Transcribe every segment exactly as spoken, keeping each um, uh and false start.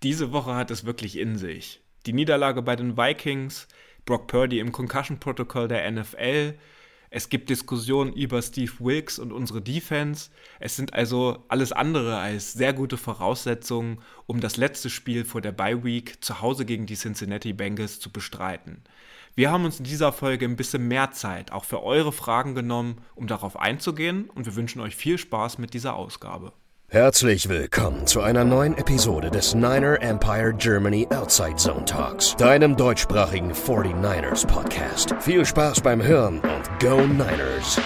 Diese Woche hat es wirklich in sich. Die Niederlage bei den Vikings, Brock Purdy im Concussion-Protokoll der N F L, es gibt Diskussionen über Steve Wilkes und unsere Defense. Es sind also alles andere als sehr gute Voraussetzungen, um das letzte Spiel vor der Bye Week zu Hause gegen die Cincinnati Bengals zu bestreiten. Wir haben uns in dieser Folge ein bisschen mehr Zeit auch für eure Fragen genommen, um darauf einzugehen, und wir wünschen euch viel Spaß mit dieser Ausgabe. Herzlich willkommen zu einer neuen Episode des Niner Empire Germany Outside Zone Talks, deinem deutschsprachigen forty-niners Podcast. Viel Spaß beim Hören und Go Niners!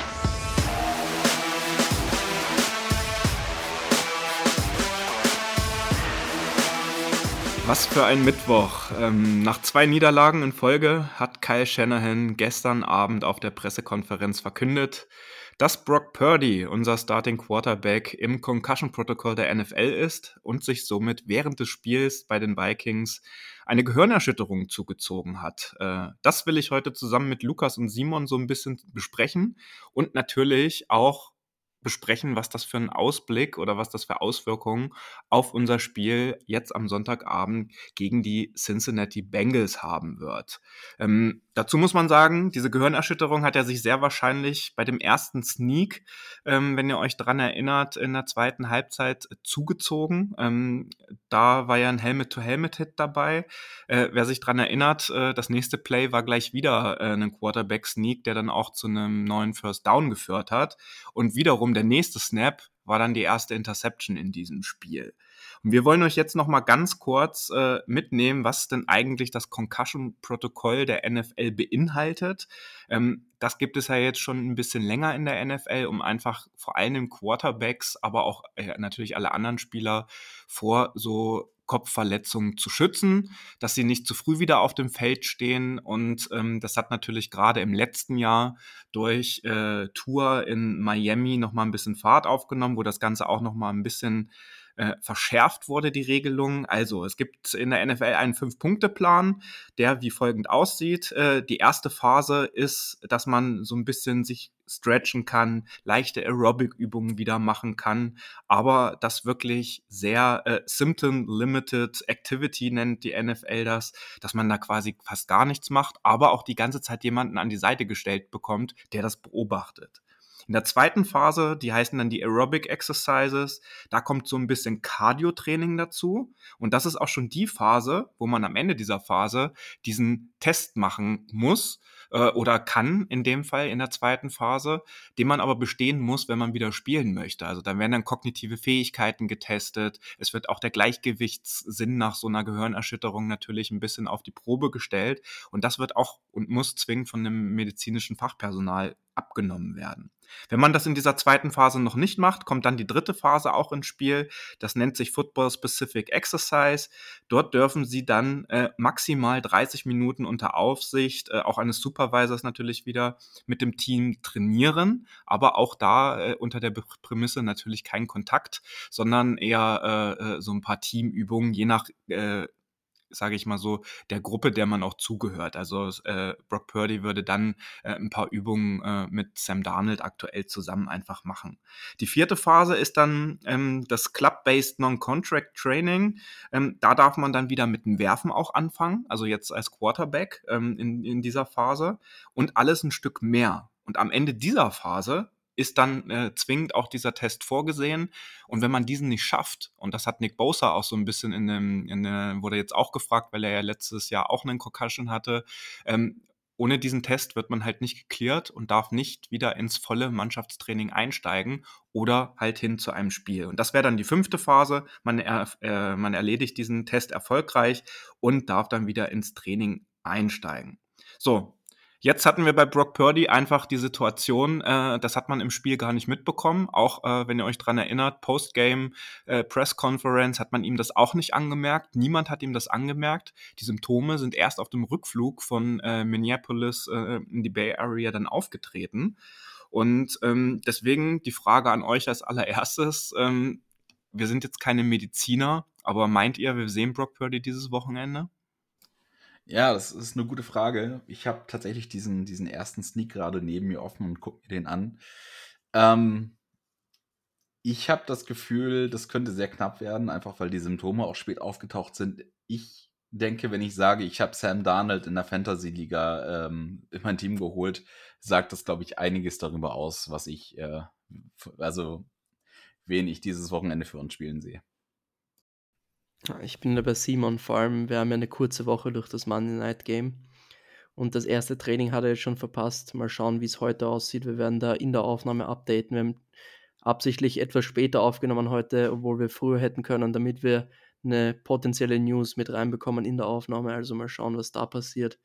Was für ein Mittwoch. Ähm, nach zwei Niederlagen in Folge hat Kyle Shanahan gestern Abend auf der Pressekonferenz verkündet, dass Brock Purdy unser Starting Quarterback im Concussion-Protokoll der N F L ist und sich somit während des Spiels bei den Vikings eine Gehirnerschütterung zugezogen hat. Äh, das will ich heute zusammen mit Lukas und Simon so ein bisschen besprechen und natürlich auch besprechen, was das für ein Ausblick oder was das für Auswirkungen auf unser Spiel jetzt am Sonntagabend gegen die Cincinnati Bengals haben wird. Ähm, dazu muss man sagen, diese Gehirnerschütterung hat er sich sehr wahrscheinlich bei dem ersten Sneak, ähm, wenn ihr euch dran erinnert, in der zweiten Halbzeit zugezogen. Ähm, da war ja ein Helmet-to-Helmet-Hit dabei. Äh, wer sich dran erinnert, äh, das nächste Play war gleich wieder äh, ein Quarterback-Sneak, der dann auch zu einem neuen First Down geführt hat. Und wiederum der nächste Snap war dann die erste Interception in diesem Spiel. Und wir wollen euch jetzt noch mal ganz kurz äh, mitnehmen, was denn eigentlich das Concussion-Protokoll der N F L beinhaltet. Ähm, das gibt es ja jetzt schon ein bisschen länger in der N F L, um einfach vor allem Quarterbacks, aber auch äh, natürlich alle anderen Spieler vor so Kopfverletzungen zu schützen, dass sie nicht zu früh wieder auf dem Feld stehen. Und ähm, das hat natürlich gerade im letzten Jahr durch äh, Tour in Miami nochmal ein bisschen Fahrt aufgenommen, wo das Ganze auch nochmal ein bisschen äh, verschärft wurde, die Regelung. Also es gibt in der N F L einen Fünf-Punkte-Plan, der wie folgend aussieht. Äh, die erste Phase ist, dass man so ein bisschen sich stretchen kann, leichte Aerobic-Übungen wieder machen kann, aber das wirklich sehr äh, Symptom-Limited Activity nennt die N F L das, dass man da quasi fast gar nichts macht, aber auch die ganze Zeit jemanden an die Seite gestellt bekommt, der das beobachtet. In der zweiten Phase, die heißen dann die Aerobic Exercises, da kommt so ein bisschen Cardio-Training dazu. Und das ist auch schon die Phase, wo man am Ende dieser Phase diesen Test machen muss äh, oder kann, in dem Fall in der zweiten Phase, den man aber bestehen muss, wenn man wieder spielen möchte. Also da werden dann kognitive Fähigkeiten getestet. Es wird auch der Gleichgewichtssinn nach so einer Gehirnerschütterung natürlich ein bisschen auf die Probe gestellt. Und das wird auch und muss zwingend von einem medizinischen Fachpersonal abgenommen werden. Wenn man das in dieser zweiten Phase noch nicht macht, kommt dann die dritte Phase auch ins Spiel. Das nennt sich Football Specific Exercise. Dort dürfen sie dann äh, maximal dreißig Minuten unter Aufsicht, äh, auch eines Supervisors natürlich wieder, mit dem Team trainieren. Aber auch da äh, unter der Prämisse natürlich kein Kontakt, sondern eher äh, so ein paar Teamübungen, je nach äh, sage ich mal so, der Gruppe, der man auch zugehört. Also äh, Brock Purdy würde dann äh, ein paar Übungen äh, mit Sam Darnold aktuell zusammen einfach machen. Die vierte Phase ist dann ähm, das Club-Based Non-Contract Training. Ähm, da darf man dann wieder mit dem Werfen auch anfangen, also jetzt als Quarterback ähm, in, in dieser Phase und alles ein Stück mehr. Und am Ende dieser Phase ist dann äh, zwingend auch dieser Test vorgesehen. Und wenn man diesen nicht schafft, und das hat Nick Bosa auch so ein bisschen in dem, in der, wurde jetzt auch gefragt, weil er ja letztes Jahr auch einen Concussion hatte, ähm, ohne diesen Test wird man halt nicht geklärt und darf nicht wieder ins volle Mannschaftstraining einsteigen oder halt hin zu einem Spiel. Und das wäre dann die fünfte Phase. Man, er, äh, man erledigt diesen Test erfolgreich und darf dann wieder ins Training einsteigen. So, jetzt hatten wir bei Brock Purdy einfach die Situation, äh, das hat man im Spiel gar nicht mitbekommen. Auch äh, wenn ihr euch dran erinnert, Postgame äh, Press Conference hat man ihm das auch nicht angemerkt. Niemand hat ihm das angemerkt. Die Symptome sind erst auf dem Rückflug von äh, Minneapolis äh, in die Bay Area dann aufgetreten. Und ähm, deswegen die Frage an euch als allererstes. Ähm, wir sind jetzt keine Mediziner, aber meint ihr, wir sehen Brock Purdy dieses Wochenende? Ja, das ist eine gute Frage. Ich habe tatsächlich diesen, diesen ersten Sneak gerade neben mir offen und gucke mir den an. Ähm, Ich habe das Gefühl, das könnte sehr knapp werden, einfach weil die Symptome auch spät aufgetaucht sind. Ich denke, wenn ich sage, ich habe Sam Darnold in der Fantasy-Liga ähm, in mein Team geholt, sagt das, glaube ich, einiges darüber aus, was ich, äh, f- also wen ich dieses Wochenende für uns spielen sehe. Ja, ich bin da bei Simon, vor allem, wir haben ja eine kurze Woche durch das Monday Night Game und das erste Training hat er jetzt schon verpasst. Mal schauen, wie es heute aussieht. Wir werden da in der Aufnahme updaten. Wir haben absichtlich etwas später aufgenommen heute, obwohl wir früher hätten können, damit wir eine potenzielle News mit reinbekommen in der Aufnahme. Also mal schauen, was da passiert.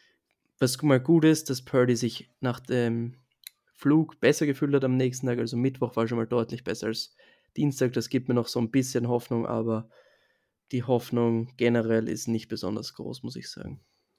Was mal gut ist, dass Purdy sich nach dem Flug besser gefühlt hat am nächsten Tag. Also Mittwoch war schon mal deutlich besser als Dienstag. Das gibt mir noch so ein bisschen Hoffnung, aber die Hoffnung generell ist nicht besonders groß, muss ich sagen.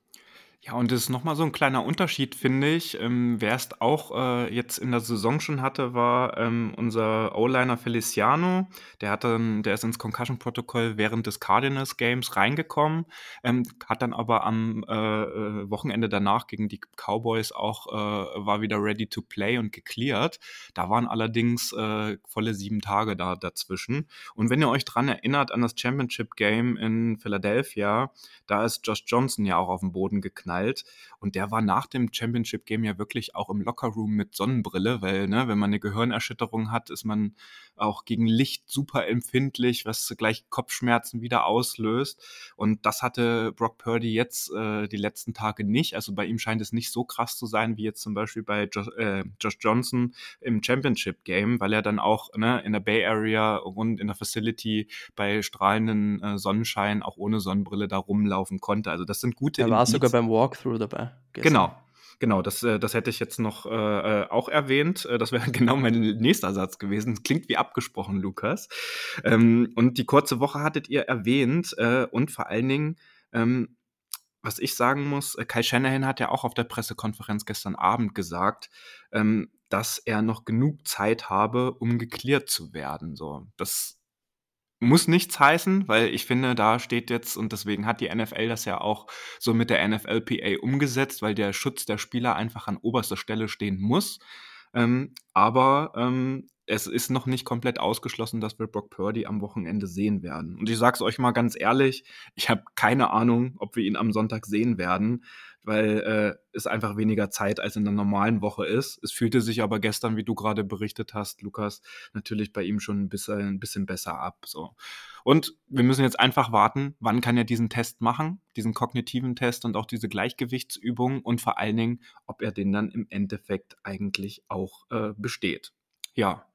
Ja, und das ist nochmal so ein kleiner Unterschied, finde ich. Ähm, wer es auch äh, jetzt in der Saison schon hatte, war ähm, unser O-Liner Feliciano. Der, hat dann, der ist ins Concussion-Protokoll während des Cardinals-Games reingekommen, ähm, hat dann aber am äh, äh, Wochenende danach gegen die Cowboys auch, äh, war wieder ready to play und gecleared. Da waren allerdings äh, volle sieben Tage da dazwischen. Und wenn ihr euch dran erinnert an das Championship-Game in Philadelphia, da ist Josh Johnson ja auch auf den Boden geknallt und der war nach dem Championship-Game ja wirklich auch im Lockerroom mit Sonnenbrille, weil, ne, wenn man eine Gehirnerschütterung hat, ist man auch gegen Licht super empfindlich, was gleich Kopfschmerzen wieder auslöst. Und das hatte Brock Purdy jetzt äh, die letzten Tage nicht. Also bei ihm scheint es nicht so krass zu sein, wie jetzt zum Beispiel bei Josh, äh, Josh Johnson im Championship-Game, weil er dann auch, ne, in der Bay Area und in der Facility bei strahlenden äh, Sonnenschein auch ohne Sonnenbrille da rumlaufen konnte. Also das sind gute Er war sogar Indizien. beim Walkthrough dabei gestern. Genau, genau, das, äh, das hätte ich jetzt noch äh, äh, auch erwähnt. Äh, Das wäre genau mein nächster Satz gewesen. Klingt wie abgesprochen, Lukas. Ähm, und die kurze Woche hattet ihr erwähnt äh, und vor allen Dingen, ähm, was ich sagen muss, äh, Kyle Shanahan hat ja auch auf der Pressekonferenz gestern Abend gesagt, ähm, dass er noch genug Zeit habe, um geklärt zu werden. So, das muss nichts heißen, weil ich finde, da steht jetzt, und deswegen hat die N F L das ja auch so mit der N F L P A umgesetzt, weil der Schutz der Spieler einfach an oberster Stelle stehen muss. Ähm, aber ähm, es ist noch nicht komplett ausgeschlossen, dass wir Brock Purdy am Wochenende sehen werden. Und ich sage es euch mal ganz ehrlich, ich habe keine Ahnung, ob wir ihn am Sonntag sehen werden, weil äh, es einfach weniger Zeit als in der normalen Woche ist. Es fühlte sich aber gestern, wie du gerade berichtet hast, Lukas, natürlich bei ihm schon ein bisschen, ein bisschen besser ab. So. Und wir müssen jetzt einfach warten, wann kann er diesen Test machen, diesen kognitiven Test und auch diese Gleichgewichtsübung und vor allen Dingen, ob er den dann im Endeffekt eigentlich auch äh, besteht. Ja.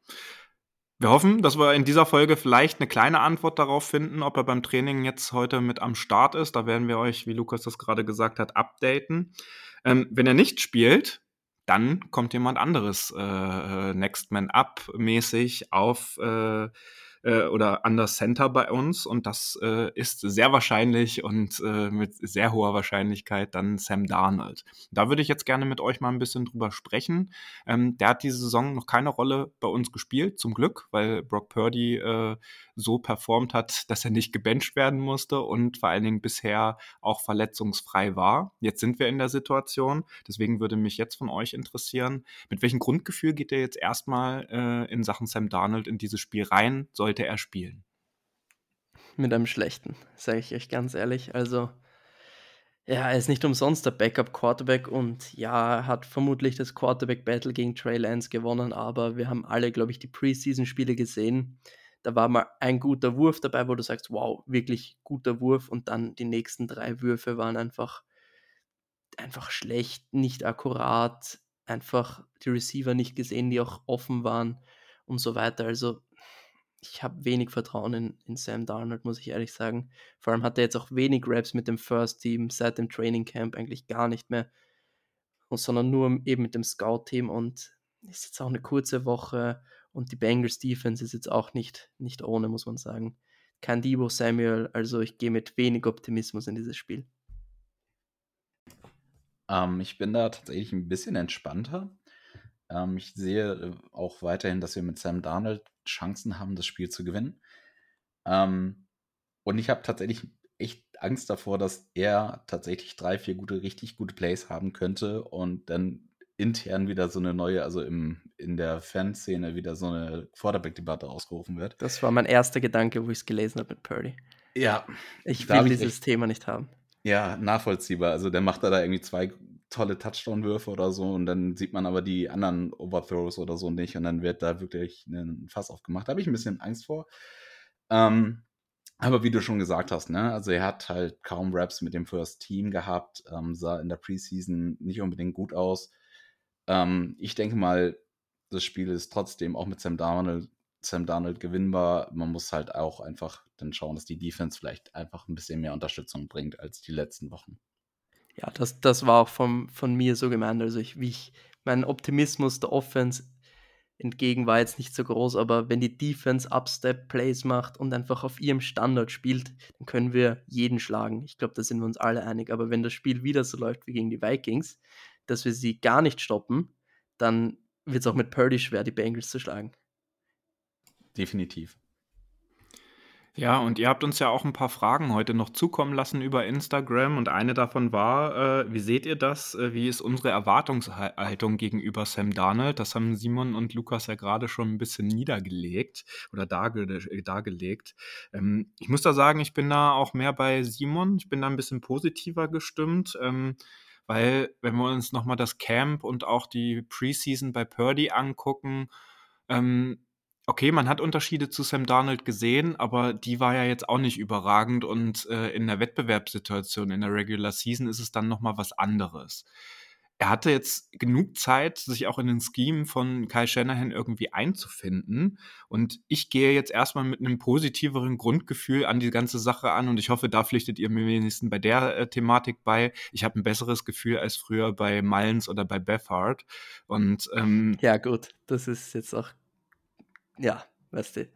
Wir hoffen, dass wir in dieser Folge vielleicht eine kleine Antwort darauf finden, ob er beim Training jetzt heute mit am Start ist. Da werden wir euch, wie Lukas das gerade gesagt hat, updaten. Ähm, wenn er nicht spielt, dann kommt jemand anderes äh, äh, Next Man Up mäßig auf äh, äh, oder an das Center bei uns und das äh, ist sehr wahrscheinlich und äh, mit sehr hoher Wahrscheinlichkeit dann Sam Darnold. Da würde ich jetzt gerne mit euch mal ein bisschen drüber sprechen. Ähm, der hat diese Saison noch keine Rolle bei uns gespielt, zum Glück, weil Brock Purdy äh, so performt hat, dass er nicht gebencht werden musste und vor allen Dingen bisher auch verletzungsfrei war. Jetzt sind wir in der Situation, deswegen würde mich jetzt von euch interessieren, mit welchem Grundgefühl geht ihr jetzt erstmal äh, in Sachen Sam Darnold in dieses Spiel rein, sollte er spielen? Mit einem schlechten, sage ich euch ganz ehrlich. Also, ja, er ist nicht umsonst der Backup-Quarterback und ja, er hat vermutlich das Quarterback-Battle gegen Trey Lance gewonnen, aber wir haben alle, glaube ich, die Preseason-Spiele gesehen. Da war mal ein guter Wurf dabei, wo du sagst, wow, wirklich guter Wurf und dann die nächsten drei Würfe waren einfach, einfach schlecht, nicht akkurat, einfach die Receiver nicht gesehen, die auch offen waren und so weiter. Also ich habe wenig Vertrauen in, in Sam Darnold, muss ich ehrlich sagen. Vor allem hat er jetzt auch wenig Raps mit dem First Team seit dem Training Camp, eigentlich gar nicht mehr, und, sondern nur eben mit dem Scout-Team und ist jetzt auch eine kurze Woche und die Bengals Defense ist jetzt auch nicht, nicht ohne, muss man sagen. Kein Deebo Samuel, also ich gehe mit wenig Optimismus in dieses Spiel. Ähm, ich bin da tatsächlich ein bisschen entspannter. Ähm, ich sehe äh, auch weiterhin, dass wir mit Sam Darnold Chancen haben, das Spiel zu gewinnen. Ähm, und ich habe tatsächlich echt Angst davor, dass er tatsächlich drei, vier gute, richtig gute Plays haben könnte und dann intern wieder so eine neue, also im, in der Fanszene wieder so eine Quarterback-Debatte ausgerufen wird. Das war mein erster Gedanke, wo ich es gelesen habe mit Purdy. Ja, Ich da will hab ich dieses echt, Thema nicht haben. ja, nachvollziehbar. Also der macht da, da irgendwie zwei tolle Touchdown-Würfe oder so und dann sieht man aber die anderen Overthrows oder so nicht und dann wird da wirklich ein Fass aufgemacht. Da habe ich ein bisschen Angst vor. Ähm, aber wie du schon gesagt hast, ne, also er hat halt kaum Raps mit dem First Team gehabt, ähm, sah in der Preseason nicht unbedingt gut aus. Ähm, ich denke mal, das Spiel ist trotzdem auch mit Sam Darnold, Sam Darnold gewinnbar. Man muss halt auch einfach dann schauen, dass die Defense vielleicht einfach ein bisschen mehr Unterstützung bringt als die letzten Wochen. Ja, das, das war auch vom, von mir so gemeint. Also ich, wie ich, mein Optimismus der Offense entgegen war jetzt nicht so groß, aber wenn die Defense Upstep-Plays macht und einfach auf ihrem Standard spielt, dann können wir jeden schlagen. Ich glaube, da sind wir uns alle einig. Aber wenn das Spiel wieder so läuft wie gegen die Vikings, dass wir sie gar nicht stoppen, dann wird es auch mit Purdy schwer, die Bengals zu schlagen. Definitiv. Ja, und ihr habt uns ja auch ein paar Fragen heute noch zukommen lassen über Instagram und eine davon war, äh, wie seht ihr das? Äh, wie ist unsere Erwartungshaltung gegenüber Sam Darnold? Das haben Simon und Lukas ja gerade schon ein bisschen niedergelegt oder darge äh, dargelegt. Ähm, ich muss da sagen, ich bin da auch mehr bei Simon. Ich bin da ein bisschen positiver gestimmt, ähm, weil wenn wir uns nochmal das Camp und auch die Preseason bei Purdy angucken, ähm, okay, man hat Unterschiede zu Sam Darnold gesehen, aber die war ja jetzt auch nicht überragend und äh, in der Wettbewerbssituation in der Regular Season ist es dann noch mal was anderes. Er hatte jetzt genug Zeit, sich auch in den Scheme von Kyle Shanahan irgendwie einzufinden und ich gehe jetzt erstmal mit einem positiveren Grundgefühl an die ganze Sache an und ich hoffe, da pflichtet ihr mir wenigstens bei der äh, Thematik bei. Ich habe ein besseres Gefühl als früher bei Mullins oder bei Beathard und ähm, Ja, gut, das ist jetzt auch, ja, weißt du.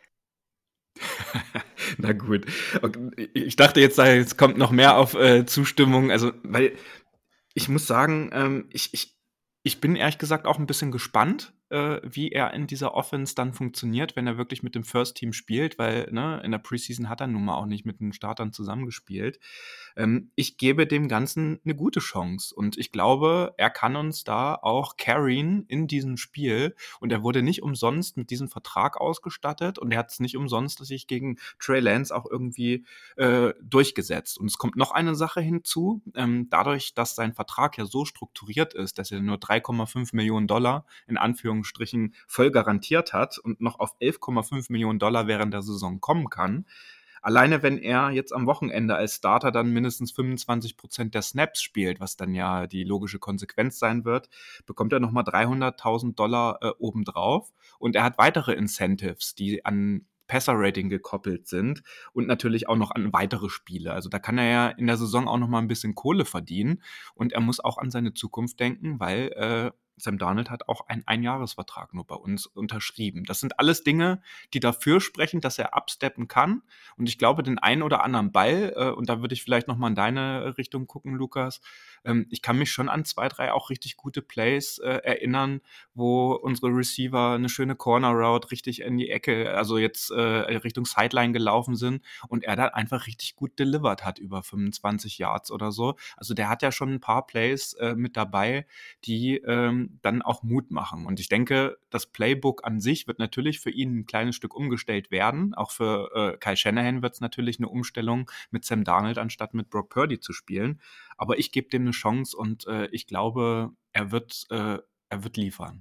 Na gut. Okay, ich dachte jetzt, da jetzt kommt noch mehr auf äh, Zustimmung. Also, weil ich muss sagen, ähm, ich, ich, ich bin ehrlich gesagt auch ein bisschen gespannt, äh, wie er in dieser Offense dann funktioniert, wenn er wirklich mit dem First Team spielt, weil ne, in der Preseason hat er nun mal auch nicht mit den Startern zusammengespielt. Ähm, ich gebe dem Ganzen eine gute Chance und ich glaube, er kann uns da auch carryen in diesem Spiel und er wurde nicht umsonst mit diesem Vertrag ausgestattet und er hat es nicht umsonst sich gegen Trey Lance auch irgendwie äh, durchgesetzt. Und es kommt noch eine Sache hinzu, ähm, dadurch, dass sein Vertrag ja so strukturiert ist, dass er nur drei Komma fünf Millionen Dollar in Anführungsstrichen voll garantiert hat und noch auf elf Komma fünf Millionen Dollar während der Saison kommen kann. Alleine wenn er jetzt am Wochenende als Starter dann mindestens fünfundzwanzig Prozent der Snaps spielt, was dann ja die logische Konsequenz sein wird, bekommt er nochmal dreihunderttausend Dollar äh, obendrauf. Und er hat weitere Incentives, die an Passer-Rating gekoppelt sind und natürlich auch noch an weitere Spiele. Also da kann er ja in der Saison auch noch mal ein bisschen Kohle verdienen und er muss auch an seine Zukunft denken, weil äh, Sam Darnold hat auch einen Einjahresvertrag nur bei uns unterschrieben. Das sind alles Dinge, die dafür sprechen, dass er absteppen kann. Und ich glaube, den einen oder anderen Ball, äh, und da würde ich vielleicht noch mal in deine Richtung gucken, Lukas, ähm, ich kann mich schon an zwei, drei auch richtig gute Plays äh, erinnern, wo unsere Receiver eine schöne Corner Route richtig in die Ecke, also jetzt äh, Richtung Sideline gelaufen sind und er da einfach richtig gut delivered hat über fünfundzwanzig Yards oder so. Also der hat ja schon ein paar Plays äh, mit dabei, die ähm, dann auch Mut machen. Und ich denke, das Playbook an sich wird natürlich für ihn ein kleines Stück umgestellt werden. Auch für äh, Kyle Shanahan wird es natürlich eine Umstellung mit Sam Darnold anstatt mit Brock Purdy zu spielen. Aber ich gebe dem eine Chance und äh, ich glaube, er wird, äh, er wird liefern.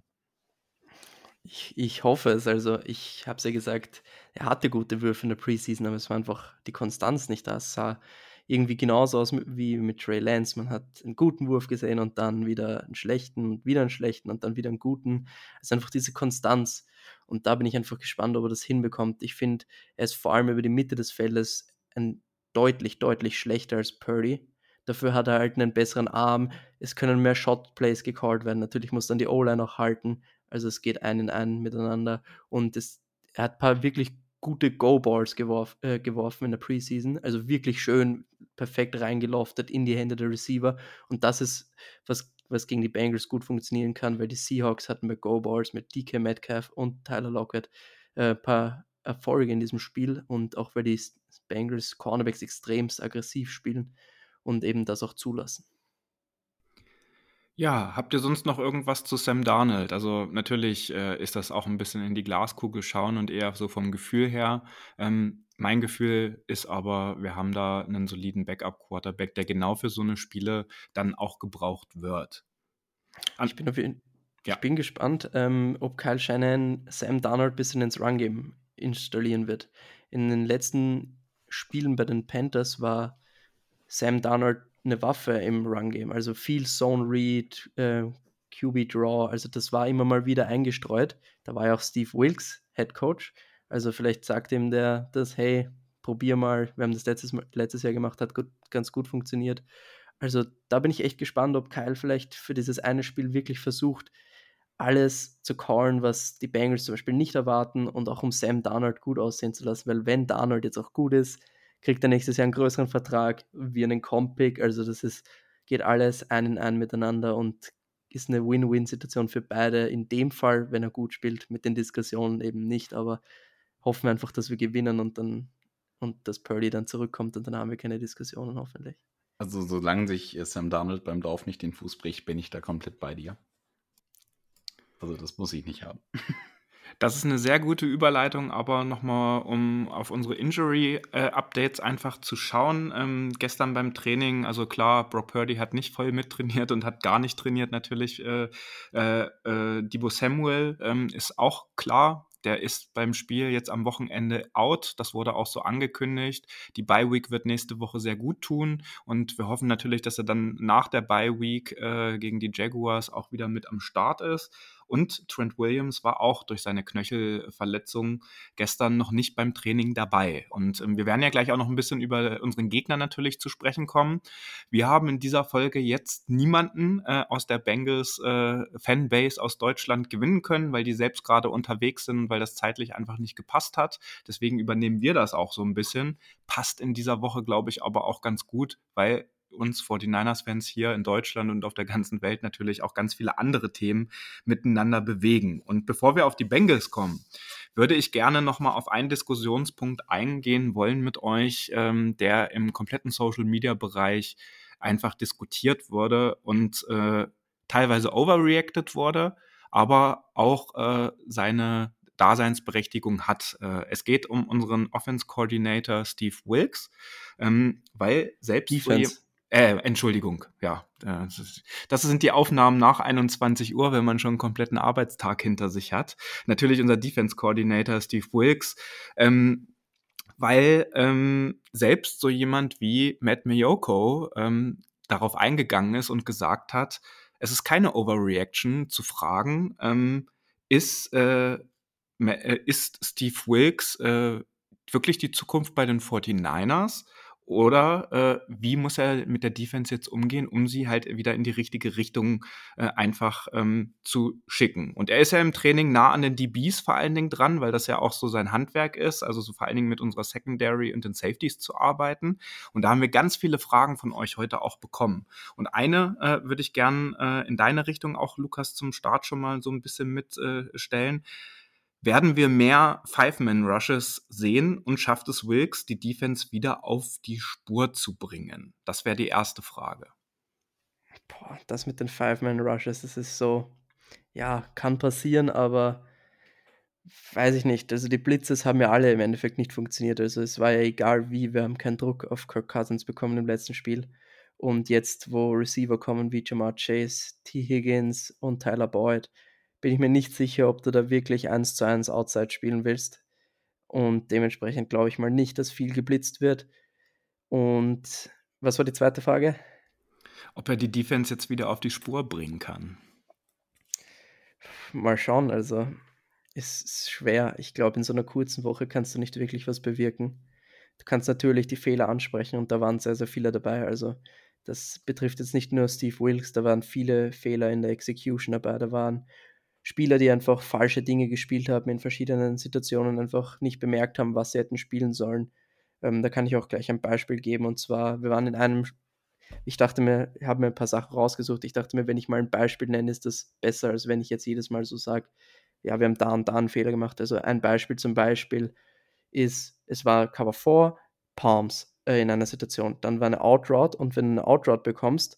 Ich, ich hoffe es. Also, ich habe es ja gesagt, er hatte gute Würfe in der Preseason, aber es war einfach die Konstanz nicht da. Es sah irgendwie genauso aus mit- wie mit Trey Lance. Man hat einen guten Wurf gesehen und dann wieder einen schlechten und wieder einen schlechten und dann wieder einen guten. Es ist einfach diese Konstanz. Und da bin ich einfach gespannt, ob er das hinbekommt. Ich finde, er ist vor allem über die Mitte des Feldes ein deutlich, deutlich schlechter als Purdy. Dafür hat er halt einen besseren Arm. Es können mehr Shot-Plays gecallt werden. Natürlich muss dann die O-Line auch halten. Also es geht ein in ein miteinander. Und es, er hat ein paar wirklich gute Go-Balls geworf, äh, geworfen in der Preseason. Also wirklich schön perfekt reingeloftet in die Hände der Receiver. Und das ist, was, was gegen die Bengals gut funktionieren kann, weil die Seahawks hatten mit Go-Balls, mit D K Metcalf und Tyler Lockett ein äh, paar Erfolge in diesem Spiel. Und auch weil die Bengals Cornerbacks extremst aggressiv spielen und eben das auch zulassen. Ja, habt ihr sonst noch irgendwas zu Sam Darnold? Also natürlich äh, ist das auch ein bisschen in die Glaskugel schauen und eher so vom Gefühl her. Ähm, mein Gefühl ist aber, wir haben da einen soliden Backup-Quarterback, der genau für so eine Spiele dann auch gebraucht wird. An Ich bin, auf jeden, ja, ich bin gespannt, ähm, ob Kyle Shanahan Sam Darnold ein bisschen ins Run-Game installieren wird. In den letzten Spielen bei den Panthers war Sam Darnold eine Waffe im Run-Game. Also viel Zone-Read, äh, Q B-Draw, also das war immer mal wieder eingestreut. Da war ja auch Steve Wilkes Head Coach. Also vielleicht sagt ihm der das, hey, probier mal, wir haben das letztes, mal, letztes Jahr gemacht, hat gut, ganz gut funktioniert. Also da bin ich echt gespannt, ob Kyle vielleicht für dieses eine Spiel wirklich versucht, alles zu callen, was die Bengals zum Beispiel nicht erwarten und auch um Sam Darnold gut aussehen zu lassen, weil wenn Darnold jetzt auch gut ist, kriegt er nächstes Jahr einen größeren Vertrag wie einen Comp-Pick, also das ist, geht alles ein in ein miteinander und ist eine Win-Win-Situation für beide. In dem Fall, wenn er gut spielt, mit den Diskussionen eben nicht, aber hoffen wir einfach, dass wir gewinnen und dann und dass Purdy dann zurückkommt und dann haben wir keine Diskussionen hoffentlich. Also solange sich äh, Sam Darnold beim Lauf nicht den Fuß bricht, bin ich da komplett bei dir. Also das muss ich nicht haben. das ist eine sehr gute Überleitung, aber nochmal, um auf unsere Injury-Updates einfach zu schauen. Ähm, gestern beim Training, also klar, Brock Purdy hat nicht voll mittrainiert und hat gar nicht trainiert natürlich. Äh, äh, äh, Deebo Samuel ähm, ist auch klar. Der ist beim Spiel jetzt am Wochenende out. Das wurde auch so angekündigt. Die Bye-Week wird nächste Woche sehr gut tun. Und wir hoffen natürlich, dass er dann nach der Bye-Week äh, gegen die Jaguars auch wieder mit am Start ist. Und Trent Williams war auch durch seine Knöchelverletzung gestern noch nicht beim Training dabei. Und ähm, wir werden ja gleich auch noch ein bisschen über unseren Gegner natürlich zu sprechen kommen. Wir haben in dieser Folge jetzt niemanden äh, aus der Bengals äh, Fanbase aus Deutschland gewinnen können, weil die selbst gerade unterwegs sind, weil das zeitlich einfach nicht gepasst hat. Deswegen übernehmen wir das auch so ein bisschen. Passt in dieser Woche, glaube ich, aber auch ganz gut, weil uns forty-Niners-Fans hier in Deutschland und auf der ganzen Welt natürlich auch ganz viele andere Themen miteinander bewegen. Und bevor wir auf die Bengals kommen, würde ich gerne nochmal auf einen Diskussionspunkt eingehen wollen mit euch, ähm, der im kompletten Social-Media-Bereich einfach diskutiert wurde und äh, teilweise overreacted wurde, aber auch äh, seine Daseinsberechtigung hat. Äh, es geht um unseren Offense-Coordinator Steve Wilkes, ähm, weil selbst so je- Defense. äh, Entschuldigung, ja. äh, Das ist- das sind die Aufnahmen nach einundzwanzig Uhr, wenn man schon einen kompletten Arbeitstag hinter sich hat. Natürlich unser Defense-Coordinator Steve Wilkes, ähm, weil ähm, selbst so jemand wie Matt Miyoko ähm, darauf eingegangen ist und gesagt hat, es ist keine Overreaction zu fragen, ähm, ist, äh, Ma- äh, ist Steve Wilkes äh, wirklich die Zukunft bei den forty-Niners? Oder äh, wie muss er mit der Defense jetzt umgehen, um sie halt wieder in die richtige Richtung äh, einfach ähm, zu schicken? Und er ist ja im Training nah an den D Bs vor allen Dingen dran, weil das ja auch so sein Handwerk ist, also so vor allen Dingen mit unserer Secondary und den Safeties zu arbeiten. Und da haben wir ganz viele Fragen von euch heute auch bekommen. Und eine äh, würde ich gern äh, in deine Richtung auch, Lukas, zum Start schon mal so ein bisschen mitstellen. Äh, stellen. Werden wir mehr Five-Man-Rushes sehen und schafft es Wilkes, die Defense wieder auf die Spur zu bringen? Das wäre die erste Frage. Boah, das mit den Five-Man-Rushes, das ist so, ja, kann passieren, aber weiß ich nicht. Also die Blitzes haben ja alle im Endeffekt nicht funktioniert. Also es war ja egal wie, wir haben keinen Druck auf Kirk Cousins bekommen im letzten Spiel. Und jetzt, wo Receiver kommen wie Jamar Chase, T. Higgins und Tyler Boyd, bin ich mir nicht sicher, ob du da wirklich eins zu eins Outside spielen willst. Und dementsprechend glaube ich mal nicht, dass viel geblitzt wird. Und was war die zweite Frage? Ob er die Defense jetzt wieder auf die Spur bringen kann. Mal schauen, also es ist schwer. Ich glaube, in so einer kurzen Woche kannst du nicht wirklich was bewirken. Du kannst natürlich die Fehler ansprechen und da waren sehr, sehr viele dabei. Also das betrifft jetzt nicht nur Steve Wilkes, da waren viele Fehler in der Execution dabei. Da waren Spieler, die einfach falsche Dinge gespielt haben in verschiedenen Situationen, einfach nicht bemerkt haben, was sie hätten spielen sollen. Ähm, da kann ich auch gleich ein Beispiel geben. Und zwar, wir waren in einem ich dachte mir, ich habe mir ein paar Sachen rausgesucht. Ich dachte mir, wenn ich mal ein Beispiel nenne, ist das besser, als wenn ich jetzt jedes Mal so sage, ja, wir haben da und da einen Fehler gemacht. Also ein Beispiel zum Beispiel ist, es war Cover vier, Palms äh, in einer Situation. Dann war eine Outroute und wenn du eine Outroute bekommst,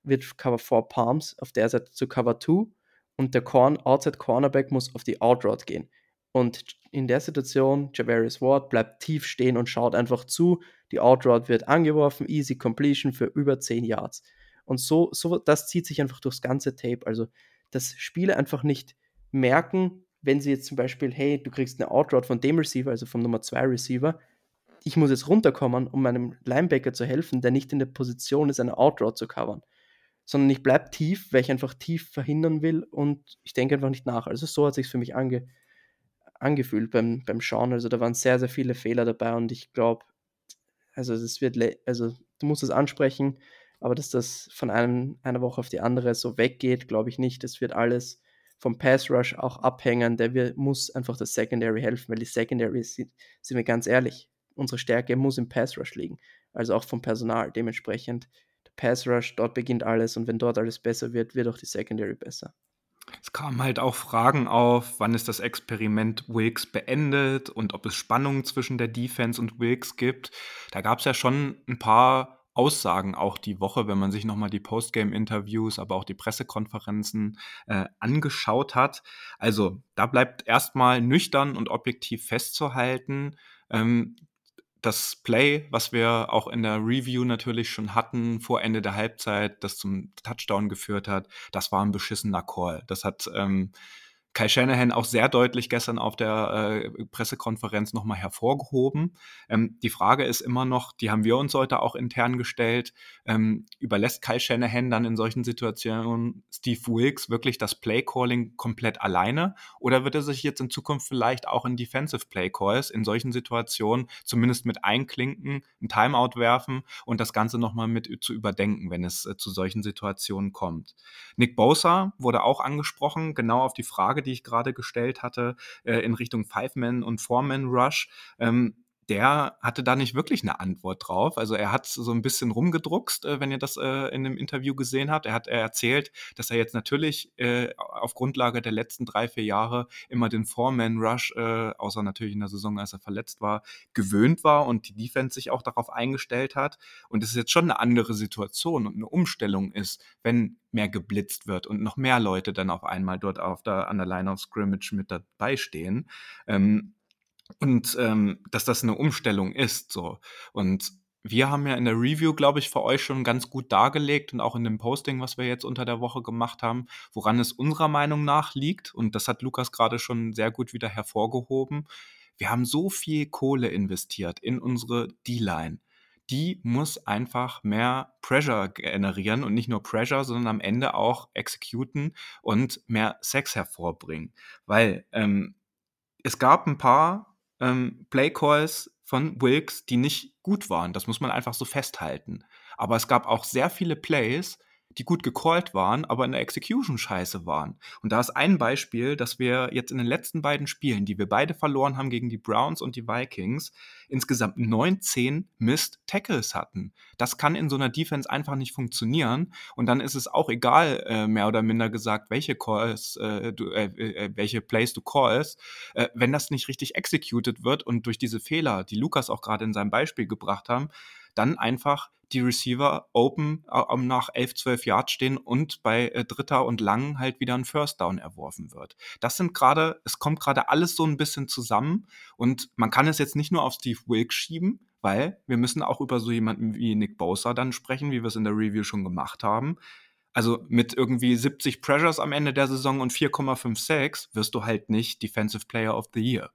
wird Cover vier Palms auf der Seite zu Cover zwei und der Corn, Outside Cornerback muss auf die Outroute gehen. Und in der Situation, Javarius Ward bleibt tief stehen und schaut einfach zu. Die Outroute wird angeworfen, easy completion für über zehn Yards. Und so, so, das zieht sich einfach durchs ganze Tape. Also, dass Spieler einfach nicht merken, wenn sie jetzt zum Beispiel, hey, du kriegst eine Outroute von dem Receiver, also vom Nummer zwei Receiver, ich muss jetzt runterkommen, um meinem Linebacker zu helfen, der nicht in der Position ist, eine Outroute zu covern. Sondern ich bleibe tief, weil ich einfach tief verhindern will und ich denke einfach nicht nach. Also so hat es sich für mich ange, angefühlt beim, beim Schauen. Also da waren sehr, sehr viele Fehler dabei und ich glaube, also es wird, le- also du musst es ansprechen, aber dass das von einem, einer Woche auf die andere so weggeht, glaube ich nicht. Es wird alles vom Pass Rush auch abhängen. Der wir, muss einfach das Secondary helfen, weil die Secondary, sind, sind wir ganz ehrlich, unsere Stärke muss im Pass Rush liegen. Also auch vom Personal. Dementsprechend der Pass Rush, dort beginnt alles und wenn dort alles besser wird, wird auch die Secondary besser. Es kamen halt auch Fragen auf, wann ist das Experiment Wilkes beendet und ob es Spannungen zwischen der Defense und Wilkes gibt. Da gab es ja schon ein paar Aussagen auch die Woche, wenn man sich nochmal die Postgame-Interviews, aber auch die Pressekonferenzen äh, angeschaut hat. Also da bleibt erstmal nüchtern und objektiv festzuhalten, ähm, das Play, was wir auch in der Review natürlich schon hatten, vor Ende der Halbzeit, das zum Touchdown geführt hat, das war ein beschissener Call. Das hat ähm, Kyle Shanahan auch sehr deutlich gestern auf der äh, Pressekonferenz nochmal hervorgehoben. Ähm, die Frage ist immer noch, die haben wir uns heute auch intern gestellt, ähm, überlässt Kyle Shanahan dann in solchen Situationen Steve Wilkes wirklich das Play-Calling komplett alleine oder wird er sich jetzt in Zukunft vielleicht auch in Defensive Play-Calls in solchen Situationen zumindest mit einklinken, ein Timeout werfen und das Ganze nochmal mit zu überdenken, wenn es äh, zu solchen Situationen kommt. Nick Bosa wurde auch angesprochen, genau auf die Frage, die ich gerade gestellt hatte, äh, in Richtung Five-Man- und Four-Man-Rush. Ähm, der hatte da nicht wirklich eine Antwort drauf. Also er hat so ein bisschen rumgedruckst, äh, wenn ihr das äh, in dem Interview gesehen habt. Er hat er erzählt, dass er jetzt natürlich äh, auf Grundlage der letzten drei, vier Jahre immer den Four-Man-Rush, äh, außer natürlich in der Saison, als er verletzt war, gewöhnt war und die Defense sich auch darauf eingestellt hat. Und es ist jetzt schon eine andere Situation und eine Umstellung ist, wenn mehr geblitzt wird und noch mehr Leute dann auf einmal dort auf der, an der Line of Scrimmage mit dabei stehen. Ähm, und ähm, dass das eine Umstellung ist. So. Und wir haben ja in der Review, glaube ich, für euch schon ganz gut dargelegt und auch in dem Posting, was wir jetzt unter der Woche gemacht haben, woran es unserer Meinung nach liegt. Und das hat Lukas gerade schon sehr gut wieder hervorgehoben. Wir haben so viel Kohle investiert in unsere D-Line. Die muss einfach mehr Pressure generieren und nicht nur Pressure, sondern am Ende auch executen und mehr Sex hervorbringen. Weil ähm, es gab ein paar ähm, Play-Calls von Wilkes, die nicht gut waren. Das muss man einfach so festhalten. Aber es gab auch sehr viele Plays, die gut gecallt waren, aber in der Execution scheiße waren. Und da ist ein Beispiel, dass wir jetzt in den letzten beiden Spielen, die wir beide verloren haben gegen die Browns und die Vikings, insgesamt neunzehn Missed Tackles hatten. Das kann in so einer Defense einfach nicht funktionieren. Und dann ist es auch egal, äh, mehr oder minder gesagt, welche Calls, äh, du, äh, äh, welche Plays du callst, äh, wenn das nicht richtig executed wird und durch diese Fehler, die Lukas auch gerade in seinem Beispiel gebracht haben, dann einfach die Receiver open äh, nach elf, zwölf Yards stehen und bei äh, Dritter und Lang halt wieder ein First Down erworfen wird. Das sind gerade, es kommt gerade alles so ein bisschen zusammen und man kann es jetzt nicht nur auf Steve Wilkes schieben, weil wir müssen auch über so jemanden wie Nick Bosa dann sprechen, wie wir es in der Review schon gemacht haben. Also mit irgendwie siebzig Pressures am Ende der Saison und vier Komma sechsundfünfzig wirst du halt nicht Defensive Player of the Year.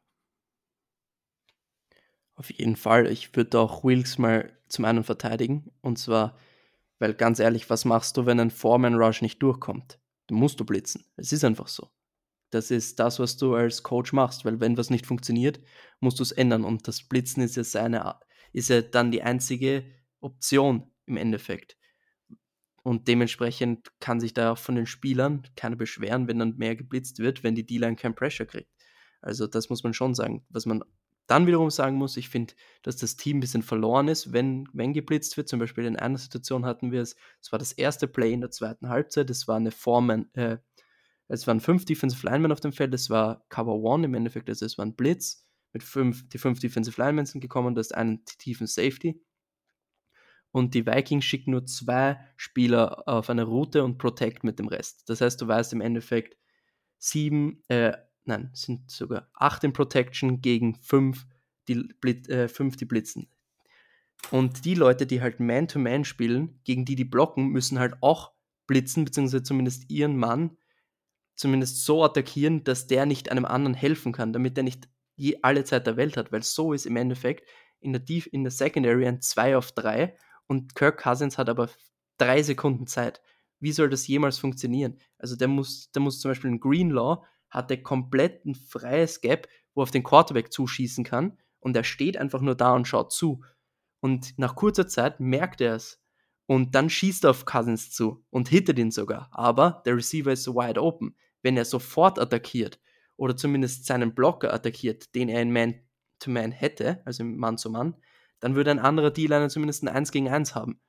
Auf jeden Fall. Ich würde auch Wilkes mal zum einen verteidigen. Und zwar, weil ganz ehrlich, was machst du, wenn ein Foreman-Rush nicht durchkommt? Du musst du blitzen. Es ist einfach so. Das ist das, was du als Coach machst, weil wenn was nicht funktioniert, musst du es ändern. Und das Blitzen ist ja, seine, ist ja dann die einzige Option im Endeffekt. Und dementsprechend kann sich da auch von den Spielern keiner beschweren, wenn dann mehr geblitzt wird, wenn die D-Line kein Pressure kriegt. Also das muss man schon sagen. Was man dann wiederum sagen muss, ich finde, dass das Team ein bisschen verloren ist, wenn, wenn geblitzt wird. Zum Beispiel in einer Situation hatten wir es, es war das erste Play in der zweiten Halbzeit, es war eine Foreman, äh, es waren fünf Defensive Linemen auf dem Feld, es war Cover One im Endeffekt, also es war ein Blitz mit fünf, die fünf Defensive Linemen sind gekommen, das ist einen tiefen Safety. und die Vikings schicken nur zwei Spieler auf eine Route und Protect mit dem Rest. Das heißt, du weißt im Endeffekt sieben, äh, nein, sind sogar acht in Protection gegen fünf, die, Blit, äh, fünf, die blitzen. Und die Leute, die halt Man-to-Man spielen, gegen die die blocken, müssen halt auch blitzen, beziehungsweise zumindest ihren Mann zumindest so attackieren, dass der nicht einem anderen helfen kann, damit er nicht je, alle Zeit der Welt hat, weil so ist im Endeffekt in der, Deep, in der Secondary ein zwei auf drei und Kirk Cousins hat aber drei Sekunden Zeit. Wie soll das jemals funktionieren? Also der muss, der muss zum Beispiel in Greenlaw hat der komplett ein freies Gap, wo er auf den Quarterback zuschießen kann und er steht einfach nur da und schaut zu. Und nach kurzer Zeit merkt er es. Und dann schießt er auf Cousins zu und hittet ihn sogar. Aber der Receiver ist so wide open. Wenn er sofort attackiert oder zumindest seinen Blocker attackiert, den er in Man-to-Man hätte, also im Mann-zu-Mann, dann würde ein anderer D-Liner zumindest ein eins gegen eins haben.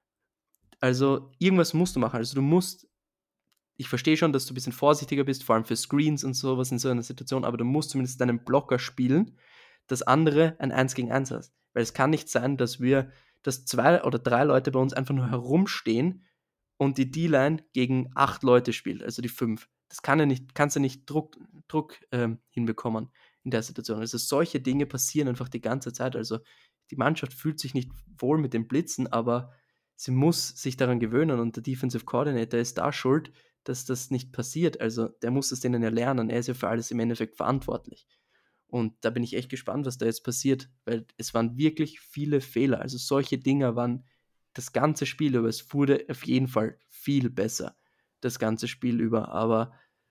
Also irgendwas musst du machen. Also du musst, ich verstehe schon, dass du ein bisschen vorsichtiger bist, vor allem für Screens und sowas in so einer Situation, aber du musst zumindest deinen Blocker spielen, dass andere ein eins gegen eins hast. Weil es kann nicht sein, dass wir, dass zwei oder drei Leute bei uns einfach nur herumstehen und die D-Line gegen acht Leute spielt, also die fünf. Das kann ja nicht, kannst du nicht Druck, Druck ähm, hinbekommen in der Situation. Also solche Dinge passieren einfach die ganze Zeit. Also die Mannschaft fühlt sich nicht wohl mit den Blitzen, aber sie muss sich daran gewöhnen und der Defensive Coordinator ist da schuld, dass das nicht passiert. Also der muss es denen ja lernen. Er ist ja für alles im Endeffekt verantwortlich. Und da bin ich echt gespannt, was da jetzt passiert, weil es waren wirklich viele Fehler. Also solche Dinger waren das ganze Spiel über. Es wurde auf jeden Fall viel besser, das ganze Spiel über. Aber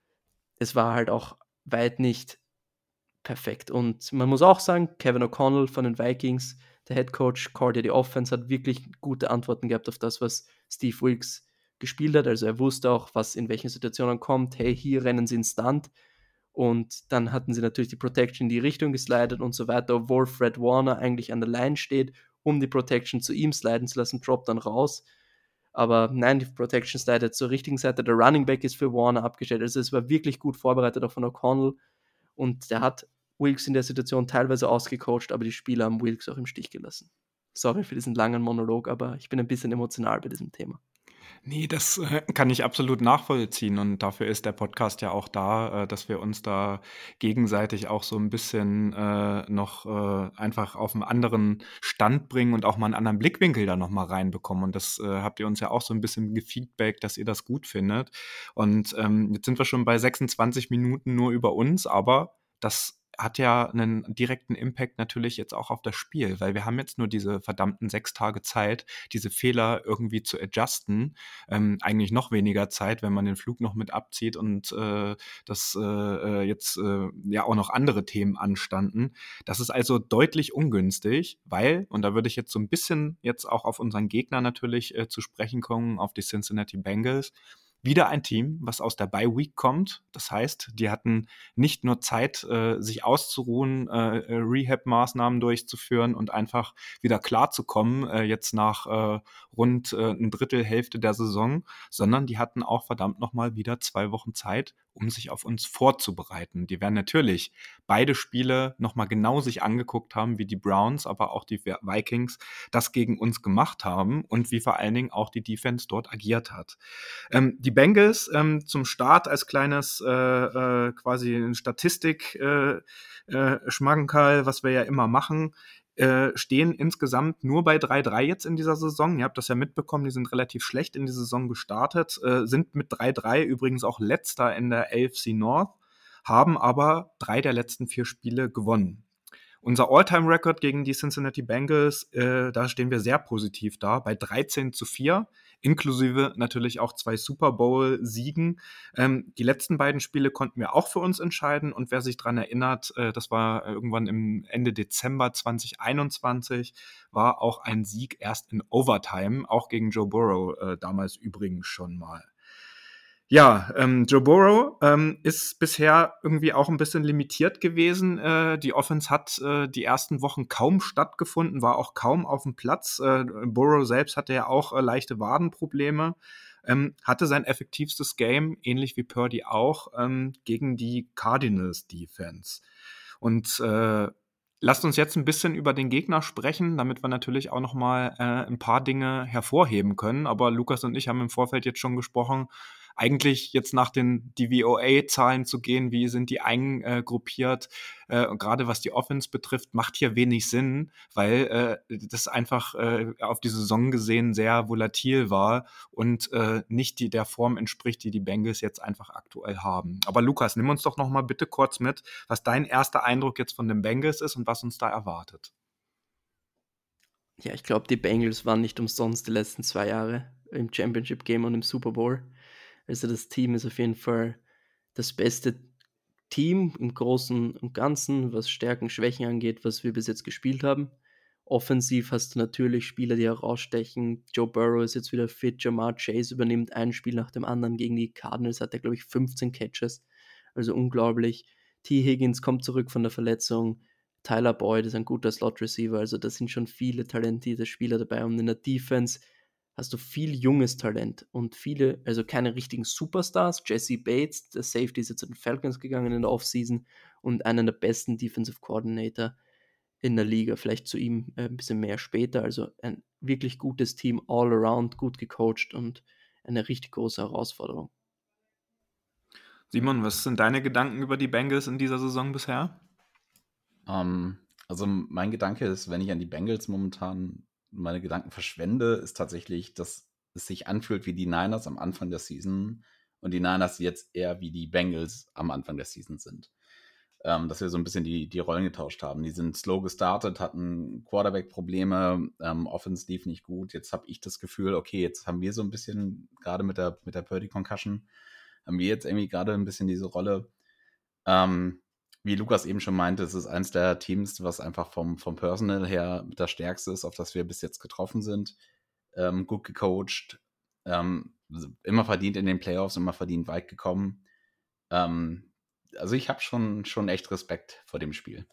es war halt auch weit nicht perfekt. Und man muss auch sagen, Kevin O'Connell von den Vikings, der Head Coach, callt ja die Offense, hat wirklich gute Antworten gehabt auf das, was Steve Wilkes gespielt hat. Also er wusste auch, was in welchen Situationen kommt. Hey, hier rennen sie in Stunt. Und dann hatten sie natürlich die Protection in die Richtung geslidet und so weiter, obwohl Fred Warner eigentlich an der Line steht, um die Protection zu ihm sliden zu lassen, droppt dann raus. Aber nein, die Protection slidet zur richtigen Seite. Der Running Back ist für Warner abgestellt. Also es war wirklich gut vorbereitet, auch von O'Connell. Und der hat Wilkes in der Situation teilweise ausgecoacht, aber die Spieler haben Wilkes auch im Stich gelassen. Sorry für diesen langen Monolog, aber ich bin ein bisschen emotional bei diesem Thema. Nee, das äh, kann ich absolut nachvollziehen und dafür ist der Podcast ja auch da, äh, dass wir uns da gegenseitig auch so ein bisschen äh, noch äh, einfach auf einen anderen Stand bringen und auch mal einen anderen Blickwinkel da nochmal reinbekommen und das äh, habt ihr uns ja auch so ein bisschen gefeedbackt, dass ihr das gut findet und ähm, jetzt sind wir schon bei sechsundzwanzig Minuten nur über uns, aber das hat ja einen direkten Impact natürlich jetzt auch auf das Spiel, weil wir haben jetzt nur diese verdammten sechs Tage Zeit, diese Fehler irgendwie zu adjusten. Ähm, eigentlich noch weniger Zeit, wenn man den Flug noch mit abzieht und äh, das äh, jetzt äh, ja auch noch andere Themen anstanden. Das ist also deutlich ungünstig, weil, und da würde ich jetzt so ein bisschen jetzt auch auf unseren Gegner natürlich äh, zu sprechen kommen, auf die Cincinnati Bengals, wieder ein Team, was aus der Bye Week kommt. Das heißt, die hatten nicht nur Zeit, äh, sich auszuruhen, äh, Rehab-Maßnahmen durchzuführen und einfach wieder klarzukommen, äh, jetzt nach äh, rund äh, ein Drittel Hälfte der Saison, sondern die hatten auch verdammt nochmal wieder zwei Wochen Zeit, um sich auf uns vorzubereiten. Die werden natürlich beide Spiele nochmal genau sich angeguckt haben, wie die Browns, aber auch die Vikings das gegen uns gemacht haben und wie vor allen Dingen auch die Defense dort agiert hat. Ähm, die Bengals ähm, zum Start als kleines äh, äh, quasi Statistik äh, äh, Schmankerl, was wir ja immer machen, äh, stehen insgesamt nur bei drei drei jetzt in dieser Saison. Ihr habt das ja mitbekommen, die sind relativ schlecht in die Saison gestartet, äh, sind mit drei drei übrigens auch letzter in der A F C North, haben aber drei der letzten vier Spiele gewonnen. Unser All-Time-Record gegen die Cincinnati Bengals, äh, da stehen wir sehr positiv da, bei dreizehn zu vier, inklusive natürlich auch zwei Super Bowl-Siegen. Ähm, die letzten beiden Spiele konnten wir auch für uns entscheiden und wer sich dran erinnert, äh, das war irgendwann im Ende Dezember zwanzig einundzwanzig, war auch ein Sieg erst in Overtime, auch gegen Joe Burrow äh, damals übrigens schon mal. Ja, ähm, Joe Burrow ähm, ist bisher irgendwie auch ein bisschen limitiert gewesen. Äh, die Offense hat äh, die ersten Wochen kaum stattgefunden, war auch kaum auf dem Platz. Äh, Burrow selbst hatte ja auch äh, leichte Wadenprobleme, ähm, hatte sein effektivstes Game, ähnlich wie Purdy auch, ähm, gegen die Cardinals Defense. Und äh, lasst uns jetzt ein bisschen über den Gegner sprechen, damit wir natürlich auch noch mal äh, ein paar Dinge hervorheben können. Aber Lukas und ich haben im Vorfeld jetzt schon gesprochen, eigentlich jetzt nach den D V O A-Zahlen zu gehen, wie sind die eingruppiert, äh, und gerade was die Offense betrifft, macht hier wenig Sinn, weil äh, das einfach äh, auf die Saison gesehen sehr volatil war und äh, nicht die, der Form entspricht, die die Bengals jetzt einfach aktuell haben. Aber Lukas, nimm uns doch noch mal bitte kurz mit, was dein erster Eindruck jetzt von den Bengals ist und was uns da erwartet. Ja, ich glaube, die Bengals waren nicht umsonst die letzten zwei Jahre im Championship-Game und im Super Bowl. Also das Team ist auf jeden Fall das beste Team im Großen und Ganzen, was Stärken, Schwächen angeht, was wir bis jetzt gespielt haben. Offensiv hast du natürlich Spieler, die herausstechen. Joe Burrow ist jetzt wieder fit, Jamar Chase übernimmt ein Spiel nach dem anderen. Gegen die Cardinals hat er, glaube ich, fünfzehn Catches. Also unglaublich. T. Higgins kommt zurück von der Verletzung. Tyler Boyd ist ein guter Slot-Receiver. Also da sind schon viele talentierte Spieler dabei. Und in der Defense hast du viel junges Talent und viele, also keine richtigen Superstars. Jesse Bates, der Safety, ist jetzt zu den Falcons gegangen in der Offseason und einen der besten Defensive Coordinator in der Liga. Vielleicht zu ihm äh, ein bisschen mehr später. Also ein wirklich gutes Team, all around, gut gecoacht und eine richtig große Herausforderung. Simon, was sind deine Gedanken über die Bengals in dieser Saison bisher? Ähm, also mein Gedanke ist, wenn ich an die Bengals momentan meine Gedanken verschwende, ist tatsächlich, dass es sich anfühlt wie die Niners am Anfang der Season und die Niners jetzt eher wie die Bengals am Anfang der Season sind. Ähm, dass wir so ein bisschen die, die Rollen getauscht haben. Die sind slow gestartet, hatten Quarterback-Probleme, ähm, Offense lief nicht gut. Jetzt habe ich das Gefühl, okay, jetzt haben wir so ein bisschen, gerade mit der, mit der Purdy-Concussion, haben wir jetzt irgendwie gerade ein bisschen diese Rolle. Ähm, wie Lukas eben schon meinte, es ist eins der Teams, was einfach vom, vom Personal her das stärkste ist, auf das wir bis jetzt getroffen sind. Ähm, gut gecoacht, ähm, immer verdient in den Playoffs, immer verdient weit gekommen. Ähm, also ich habe schon, schon echt Respekt vor dem Spiel.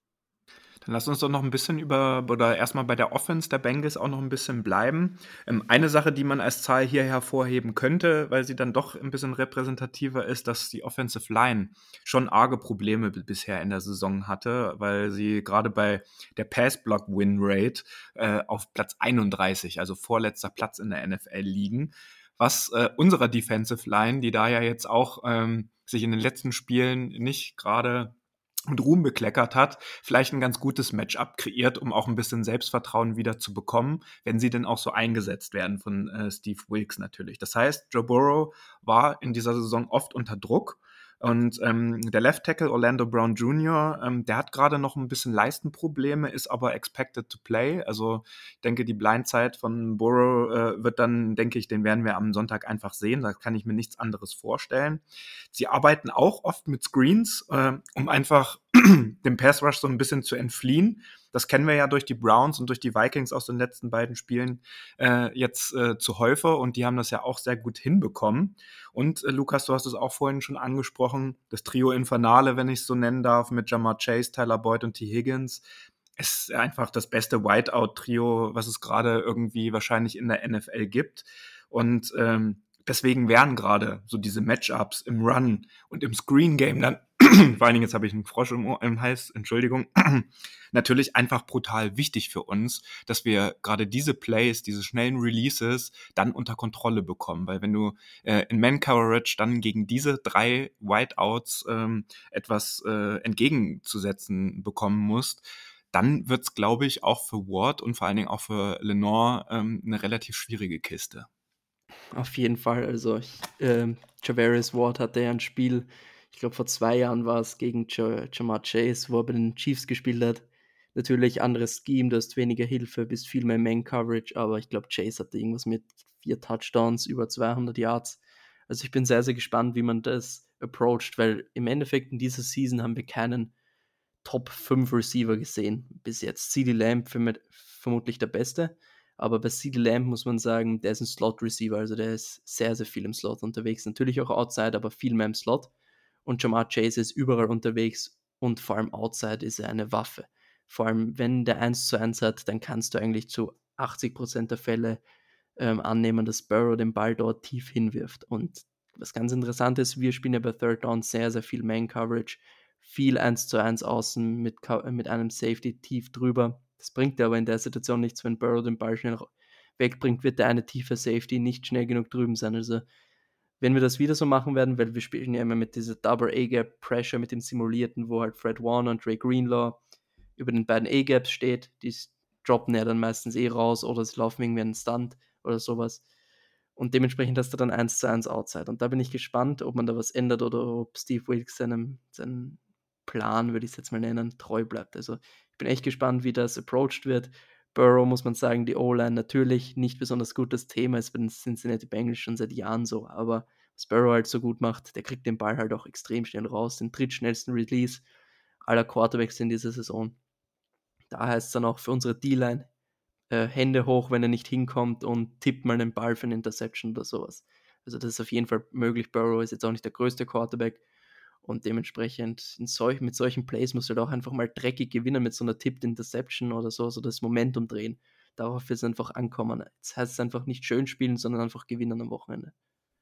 Dann lass uns doch noch ein bisschen über, oder erstmal bei der Offense der Bengals auch noch ein bisschen bleiben. Ähm, eine Sache, die man als Zahl hier hervorheben könnte, weil sie dann doch ein bisschen repräsentativer ist, dass die Offensive Line schon arge Probleme b- bisher in der Saison hatte, weil sie gerade bei der Pass-Block-Win-Rate äh, auf Platz einunddreißig, also vorletzter Platz in der N F L liegen, was äh, unserer Defensive Line, die da ja jetzt auch ähm, sich in den letzten Spielen nicht gerade mit Ruhm bekleckert hat, vielleicht ein ganz gutes Matchup kreiert, um auch ein bisschen Selbstvertrauen wieder zu bekommen, wenn sie denn auch so eingesetzt werden von äh, Steve Wilkes natürlich. Das heißt, Joe Burrow war in dieser Saison oft unter Druck und ähm, der Left Tackle Orlando Brown Junior, ähm, der hat gerade noch ein bisschen Leistenprobleme, ist aber expected to play. Also ich denke, die Blindzeit von Burrow äh, wird dann, denke ich, den werden wir am Sonntag einfach sehen. Da kann ich mir nichts anderes vorstellen. Sie arbeiten auch oft mit Screens, äh, um einfach dem Pass Rush so ein bisschen zu entfliehen. Das kennen wir ja durch die Browns und durch die Vikings aus den letzten beiden Spielen äh, jetzt äh, zu Häufer und die haben das ja auch sehr gut hinbekommen. Und äh, Lukas, du hast es auch vorhin schon angesprochen, das Trio Infernale, wenn ich es so nennen darf, mit Jamar Chase, Tyler Boyd und T. Higgins, ist einfach das beste Whiteout-Trio, was es gerade irgendwie wahrscheinlich in der N F L gibt. Und ähm, deswegen wären gerade so diese Matchups im Run und im Screen-Game dann, vor allen Dingen, jetzt habe ich einen Frosch im, Ohr, im Hals, Entschuldigung, natürlich einfach brutal wichtig für uns, dass wir gerade diese Plays, diese schnellen Releases dann unter Kontrolle bekommen. Weil wenn du äh, in Man-Coverage dann gegen diese drei Whiteouts ähm, etwas äh, entgegenzusetzen bekommen musst, dann wird es, glaube ich, auch für Ward und vor allen Dingen auch für Lenore ähm, eine relativ schwierige Kiste. Auf jeden Fall. Also ich, ähm, Javarius Ward hatte ja ein Spiel, ich glaube vor zwei Jahren war es gegen Ja- Jamar Chase, wo er bei den Chiefs gespielt hat. Natürlich anderes Scheme, du hast weniger Hilfe, bist viel mehr Man-Coverage, aber ich glaube, Chase hatte irgendwas mit vier Touchdowns, über zweihundert Yards. Also ich bin sehr, sehr gespannt, wie man das approacht, weil im Endeffekt in dieser Season haben wir keinen Top fünf Receiver gesehen bis jetzt. CeeDee Lamb für mit, vermutlich der Beste, aber bei CeeDee Lamb muss man sagen, der ist ein Slot-Receiver, also der ist sehr, sehr viel im Slot unterwegs. Natürlich auch Outside, aber viel mehr im Slot. Und Jamar Chase ist überall unterwegs und vor allem Outside ist er eine Waffe. Vor allem, wenn der eins zu eins hat, dann kannst du eigentlich zu achtzig Prozent der Fälle ähm, annehmen, dass Burrow den Ball dort tief hinwirft. Und was ganz interessant ist, wir spielen ja bei Third Down sehr, sehr viel Man-Coverage. viel eins zu eins außen mit, mit einem Safety tief drüber. Das bringt er aber in der Situation nichts, wenn Burrow den Ball schnell wegbringt, wird der eine tiefe Safety nicht schnell genug drüben sein. Also wenn wir das wieder so machen werden, weil wir spielen ja immer mit dieser Double A-Gap Pressure, mit dem simulierten, wo halt Fred Warner und Dre Greenlaw über den beiden A-Gaps steht, die droppen ja dann meistens eh raus oder sie laufen irgendwie einen Stunt oder sowas. Und dementsprechend hast du dann eins zu eins Outside. Und da bin ich gespannt, ob man da was ändert oder ob Steve Wilkes seinem, seinem Plan, würde ich es jetzt mal nennen, treu bleibt. Also ich bin echt gespannt, wie das approached wird. Burrow, muss man sagen, die O-Line natürlich nicht besonders gut. Das Thema ist bei den Cincinnati Bengals schon seit Jahren so. Aber was Burrow halt so gut macht, der kriegt den Ball halt auch extrem schnell raus. Den drittschnellsten Release aller Quarterbacks in dieser Saison. Da heißt es dann auch für unsere D-Line, äh, Hände hoch, wenn er nicht hinkommt und tippt mal einen Ball für eine Interception oder sowas. Also das ist auf jeden Fall möglich. Burrow ist jetzt auch nicht der größte Quarterback und dementsprechend in solch, mit solchen Plays musst du halt auch einfach mal dreckig gewinnen mit so einer Tipped Interception oder so, so das Momentum drehen. Darauf wird es einfach ankommen. Jetzt heißt es einfach nicht schön spielen, sondern einfach gewinnen am Wochenende.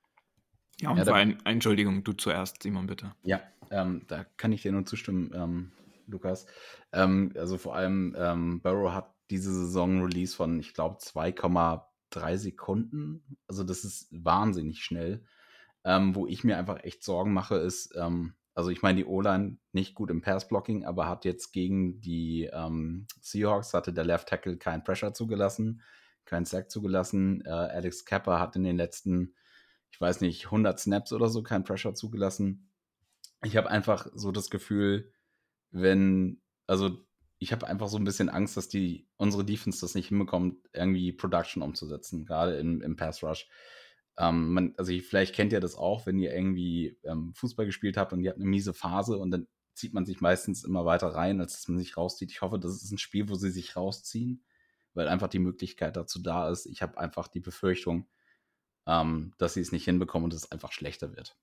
Ja, und Ja, vor da- ein, Entschuldigung, du zuerst, Simon, bitte. Ja, ähm, da kann ich dir nur zustimmen, ähm, Lukas. Ähm, also vor allem, ähm, Burrow hat diese Saison ein Release von, ich glaube, zwei Komma drei Sekunden. Also das ist wahnsinnig schnell. Ähm, wo ich mir einfach echt Sorgen mache, ist, ähm, also ich meine, die O-Line nicht gut im Pass-Blocking, aber hat jetzt gegen die ähm, Seahawks, hatte der Left Tackle keinen Pressure zugelassen, keinen Sack zugelassen. Äh, Alex Kappa hat in den letzten, ich weiß nicht, hundert Snaps oder so keinen Pressure zugelassen. Ich habe einfach so das Gefühl, wenn, also ich habe einfach so ein bisschen Angst, dass die unsere Defense das nicht hinbekommt, irgendwie Production umzusetzen, gerade im, im Pass Rush. Ähm, man, also ich, vielleicht kennt ihr das auch, wenn ihr irgendwie ähm, Fußball gespielt habt und ihr habt eine miese Phase und dann zieht man sich meistens immer weiter rein, als dass man sich rauszieht. Ich hoffe, das ist ein Spiel, wo sie sich rausziehen, weil einfach die Möglichkeit dazu da ist. Ich habe einfach die Befürchtung, ähm, dass sie es nicht hinbekommen und es einfach schlechter wird.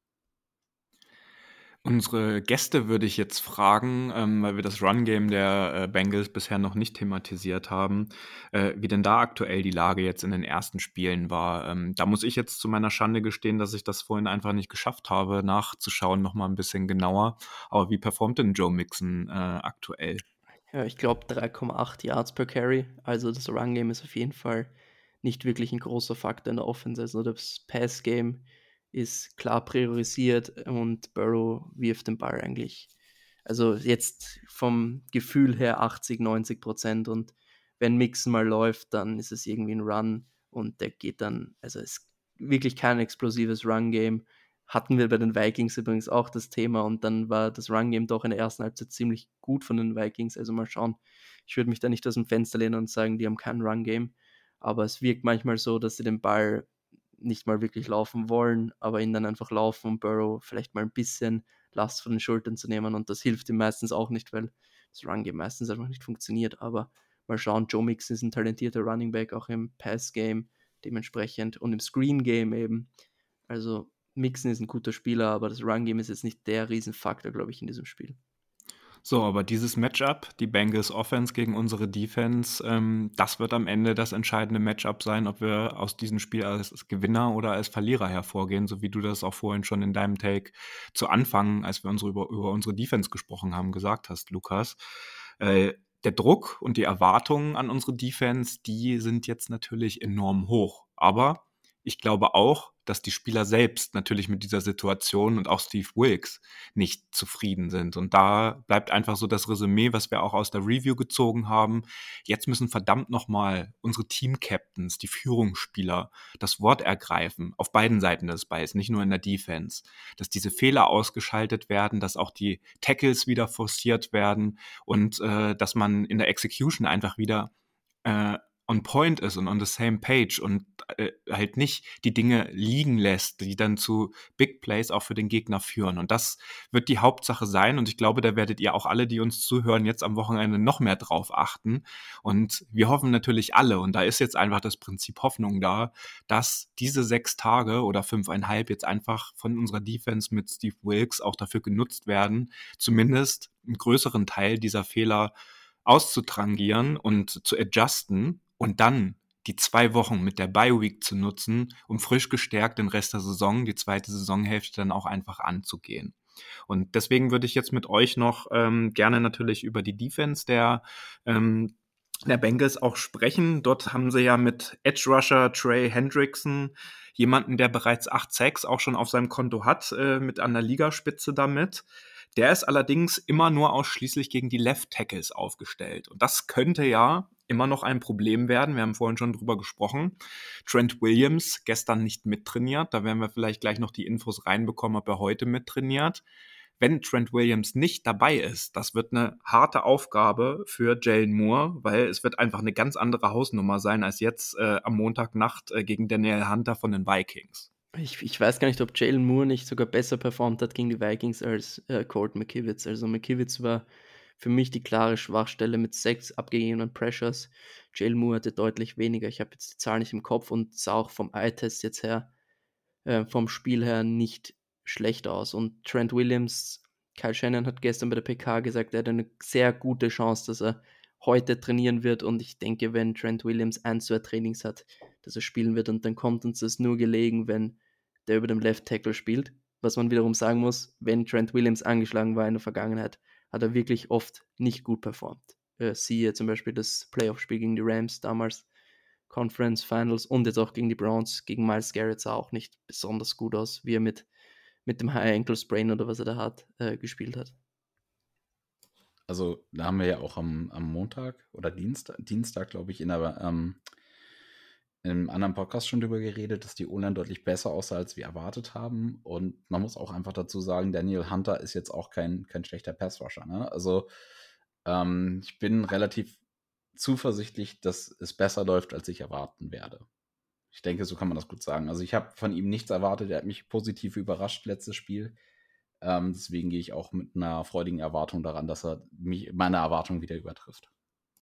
Unsere Gäste würde ich jetzt fragen, ähm, weil wir das Run-Game der äh, Bengals bisher noch nicht thematisiert haben, äh, wie denn da aktuell die Lage jetzt in den ersten Spielen war. Ähm, da muss ich jetzt zu meiner Schande gestehen, dass ich das vorhin einfach nicht geschafft habe, nachzuschauen, nochmal ein bisschen genauer. Aber wie performt denn Joe Mixon äh, aktuell? Ja, ich glaube drei Komma acht Yards per Carry. Also das Run-Game ist auf jeden Fall nicht wirklich ein großer Faktor in der Offense. Also das Pass-Game ist klar priorisiert und Burrow wirft den Ball eigentlich. Also jetzt vom Gefühl her achtzig, neunzig Prozent und wenn Mixon mal läuft, dann ist es irgendwie ein Run und der geht dann, also es ist wirklich kein explosives Run-Game. Hatten wir bei den Vikings übrigens auch das Thema und dann war das Run-Game doch in der ersten Halbzeit ziemlich gut von den Vikings. Also mal schauen. Ich würde mich da nicht aus dem Fenster lehnen und sagen, die haben kein Run-Game. Aber es wirkt manchmal so, dass sie den Ball nicht mal wirklich laufen wollen, aber ihn dann einfach laufen und Burrow vielleicht mal ein bisschen Last von den Schultern zu nehmen und das hilft ihm meistens auch nicht, weil das Run-Game meistens einfach nicht funktioniert. Aber mal schauen, Joe Mixon ist ein talentierter Running Back, auch im Pass-Game dementsprechend und im Screen-Game eben. Also Mixon ist ein guter Spieler, aber das Run-Game ist jetzt nicht der Riesenfaktor, glaube ich, in diesem Spiel. So, aber dieses Matchup, die Bengals Offense gegen unsere Defense, ähm, das wird am Ende das entscheidende Matchup sein, ob wir aus diesem Spiel als Gewinner oder als Verlierer hervorgehen, so wie du das auch vorhin schon in deinem Take zu Anfang, als wir unsere, über, über unsere Defense gesprochen haben, gesagt hast, Lukas. Äh, der Druck und die Erwartungen an unsere Defense, die sind jetzt natürlich enorm hoch. Aber ich glaube auch, dass die Spieler selbst natürlich mit dieser Situation und auch Steve Wilkes nicht zufrieden sind. Und da bleibt einfach so das Resümee, was wir auch aus der Review gezogen haben. Jetzt müssen verdammt nochmal unsere Team-Captains, die Führungsspieler, das Wort ergreifen, auf beiden Seiten des Balls, nicht nur in der Defense. Dass diese Fehler ausgeschaltet werden, dass auch die Tackles wieder forciert werden und äh, dass man in der Execution einfach wieder äh, on point ist und on the same page und äh, halt nicht die Dinge liegen lässt, die dann zu Big Plays auch für den Gegner führen. Und das wird die Hauptsache sein. Und ich glaube, da werdet ihr auch alle, die uns zuhören, jetzt am Wochenende noch mehr drauf achten. Und wir hoffen natürlich alle, und da ist jetzt einfach das Prinzip Hoffnung da, dass diese sechs Tage oder fünfeinhalb jetzt einfach von unserer Defense mit Steve Wilkes auch dafür genutzt werden, zumindest einen größeren Teil dieser Fehler auszutrangieren und zu adjusten und dann die zwei Wochen mit der Bye-Week zu nutzen, um frisch gestärkt den Rest der Saison, die zweite Saisonhälfte dann auch einfach anzugehen. Und deswegen würde ich jetzt mit euch noch ähm, gerne natürlich über die Defense der ähm, der Bengals auch sprechen. Dort haben sie ja mit Edge Rusher Trey Hendrickson jemanden, der bereits acht Sacks auch schon auf seinem Konto hat, äh, mit an der Ligaspitze damit. Der ist allerdings immer nur ausschließlich gegen die Left Tackles aufgestellt. Und das könnte ja immer noch ein Problem werden. Wir haben vorhin schon drüber gesprochen. Trent Williams gestern nicht mittrainiert. Da werden wir vielleicht gleich noch die Infos reinbekommen, ob er heute mittrainiert. Wenn Trent Williams nicht dabei ist, das wird eine harte Aufgabe für Jalen Moore, weil es wird einfach eine ganz andere Hausnummer sein als jetzt äh, am Montagnacht äh, gegen Danielle Hunter von den Vikings. Ich, ich weiß gar nicht, ob Jalen Moore nicht sogar besser performt hat gegen die Vikings als äh, Colt McKivitz. Also McKivitz war für mich die klare Schwachstelle mit sechs abgegebenen Pressures. Jalen Moore hatte deutlich weniger. Ich habe jetzt die Zahl nicht im Kopf und sah auch vom Eye-Test jetzt her, äh, vom Spiel her nicht schlecht aus. Und Trent Williams, Kyle Shanahan hat gestern bei der P K gesagt, er hat eine sehr gute Chance, dass er heute trainieren wird. Und ich denke, wenn Trent Williams ein, zwei Trainings hat, dass er spielen wird. Und dann kommt uns das nur gelegen, wenn der über dem Left Tackle spielt. Was man wiederum sagen muss, wenn Trent Williams angeschlagen war in der Vergangenheit, hat er wirklich oft nicht gut performt. Äh, siehe zum Beispiel das Playoff-Spiel gegen die Rams damals, Conference Finals und jetzt auch gegen die Browns. Gegen Myles Garrett sah auch nicht besonders gut aus, wie er mit, mit dem High Ankle Sprain oder was er da hat, äh, gespielt hat. Also da haben wir ja auch am, am Montag oder Dienstag, Dienstag glaube ich, in, der, ähm, in einem anderen Podcast schon drüber geredet, dass die O-Line deutlich besser aussah, als wir erwartet haben. Und man muss auch einfach dazu sagen, Danielle Hunter ist jetzt auch kein, kein schlechter Pass-Rusher. Ne? Also ähm, ich bin relativ zuversichtlich, dass es besser läuft, als ich erwarten werde. Ich denke, so kann man das gut sagen. Also ich habe von ihm nichts erwartet. Er hat mich positiv überrascht, letztes Spiel. Ähm, deswegen gehe ich auch mit einer freudigen Erwartung daran, dass er mich, meine Erwartung wieder übertrifft.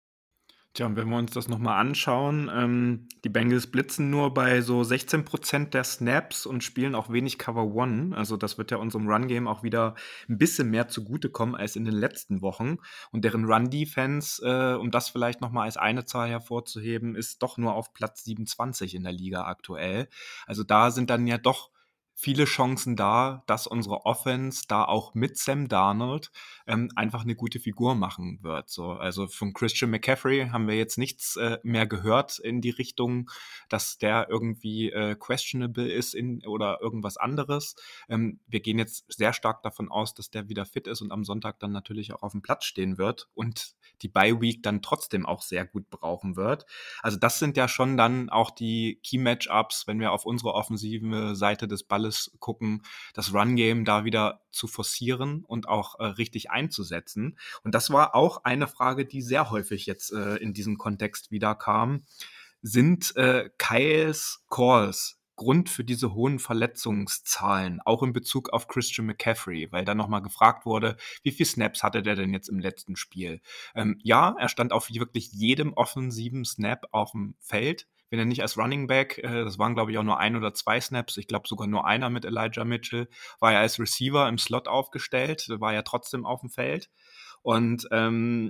Tja, und wenn wir uns das nochmal anschauen, ähm, die Bengals blitzen nur bei so sechzehn Prozent der Snaps und spielen auch wenig Cover One. Also das wird ja unserem Run-Game auch wieder ein bisschen mehr zugutekommen als in den letzten Wochen. Und deren Run-Defense, äh, um das vielleicht nochmal als eine Zahl hervorzuheben, ist doch nur auf Platz siebenundzwanzig in der Liga aktuell. Also da sind dann ja doch viele Chancen da, dass unsere Offense da auch mit Sam Darnold ähm, einfach eine gute Figur machen wird. So, also von Christian McCaffrey haben wir jetzt nichts äh, mehr gehört in die Richtung, dass der irgendwie äh, questionable ist in, oder irgendwas anderes. Ähm, wir gehen jetzt sehr stark davon aus, dass der wieder fit ist und am Sonntag dann natürlich auch auf dem Platz stehen wird und die Bye-Week dann trotzdem auch sehr gut brauchen wird. Also das sind ja schon dann auch die Key-Matchups, wenn wir auf unsere offensive Seite des Balles gucken, das Run-Game da wieder zu forcieren und auch äh, richtig einzusetzen. Und das war auch eine Frage, die sehr häufig jetzt äh, in diesem Kontext wieder kam. Sind äh, Kyles Calls Grund für diese hohen Verletzungszahlen, auch in Bezug auf Christian McCaffrey, weil da nochmal gefragt wurde, wie viele Snaps hatte der denn jetzt im letzten Spiel? Ähm, ja, er stand auf wirklich jedem offensiven Snap auf dem Feld. Wenn er nicht als Running Back, äh, das waren glaube ich auch nur ein oder zwei Snaps, ich glaube sogar nur einer mit Elijah Mitchell, war er als Receiver im Slot aufgestellt, war ja trotzdem auf dem Feld. Und ähm,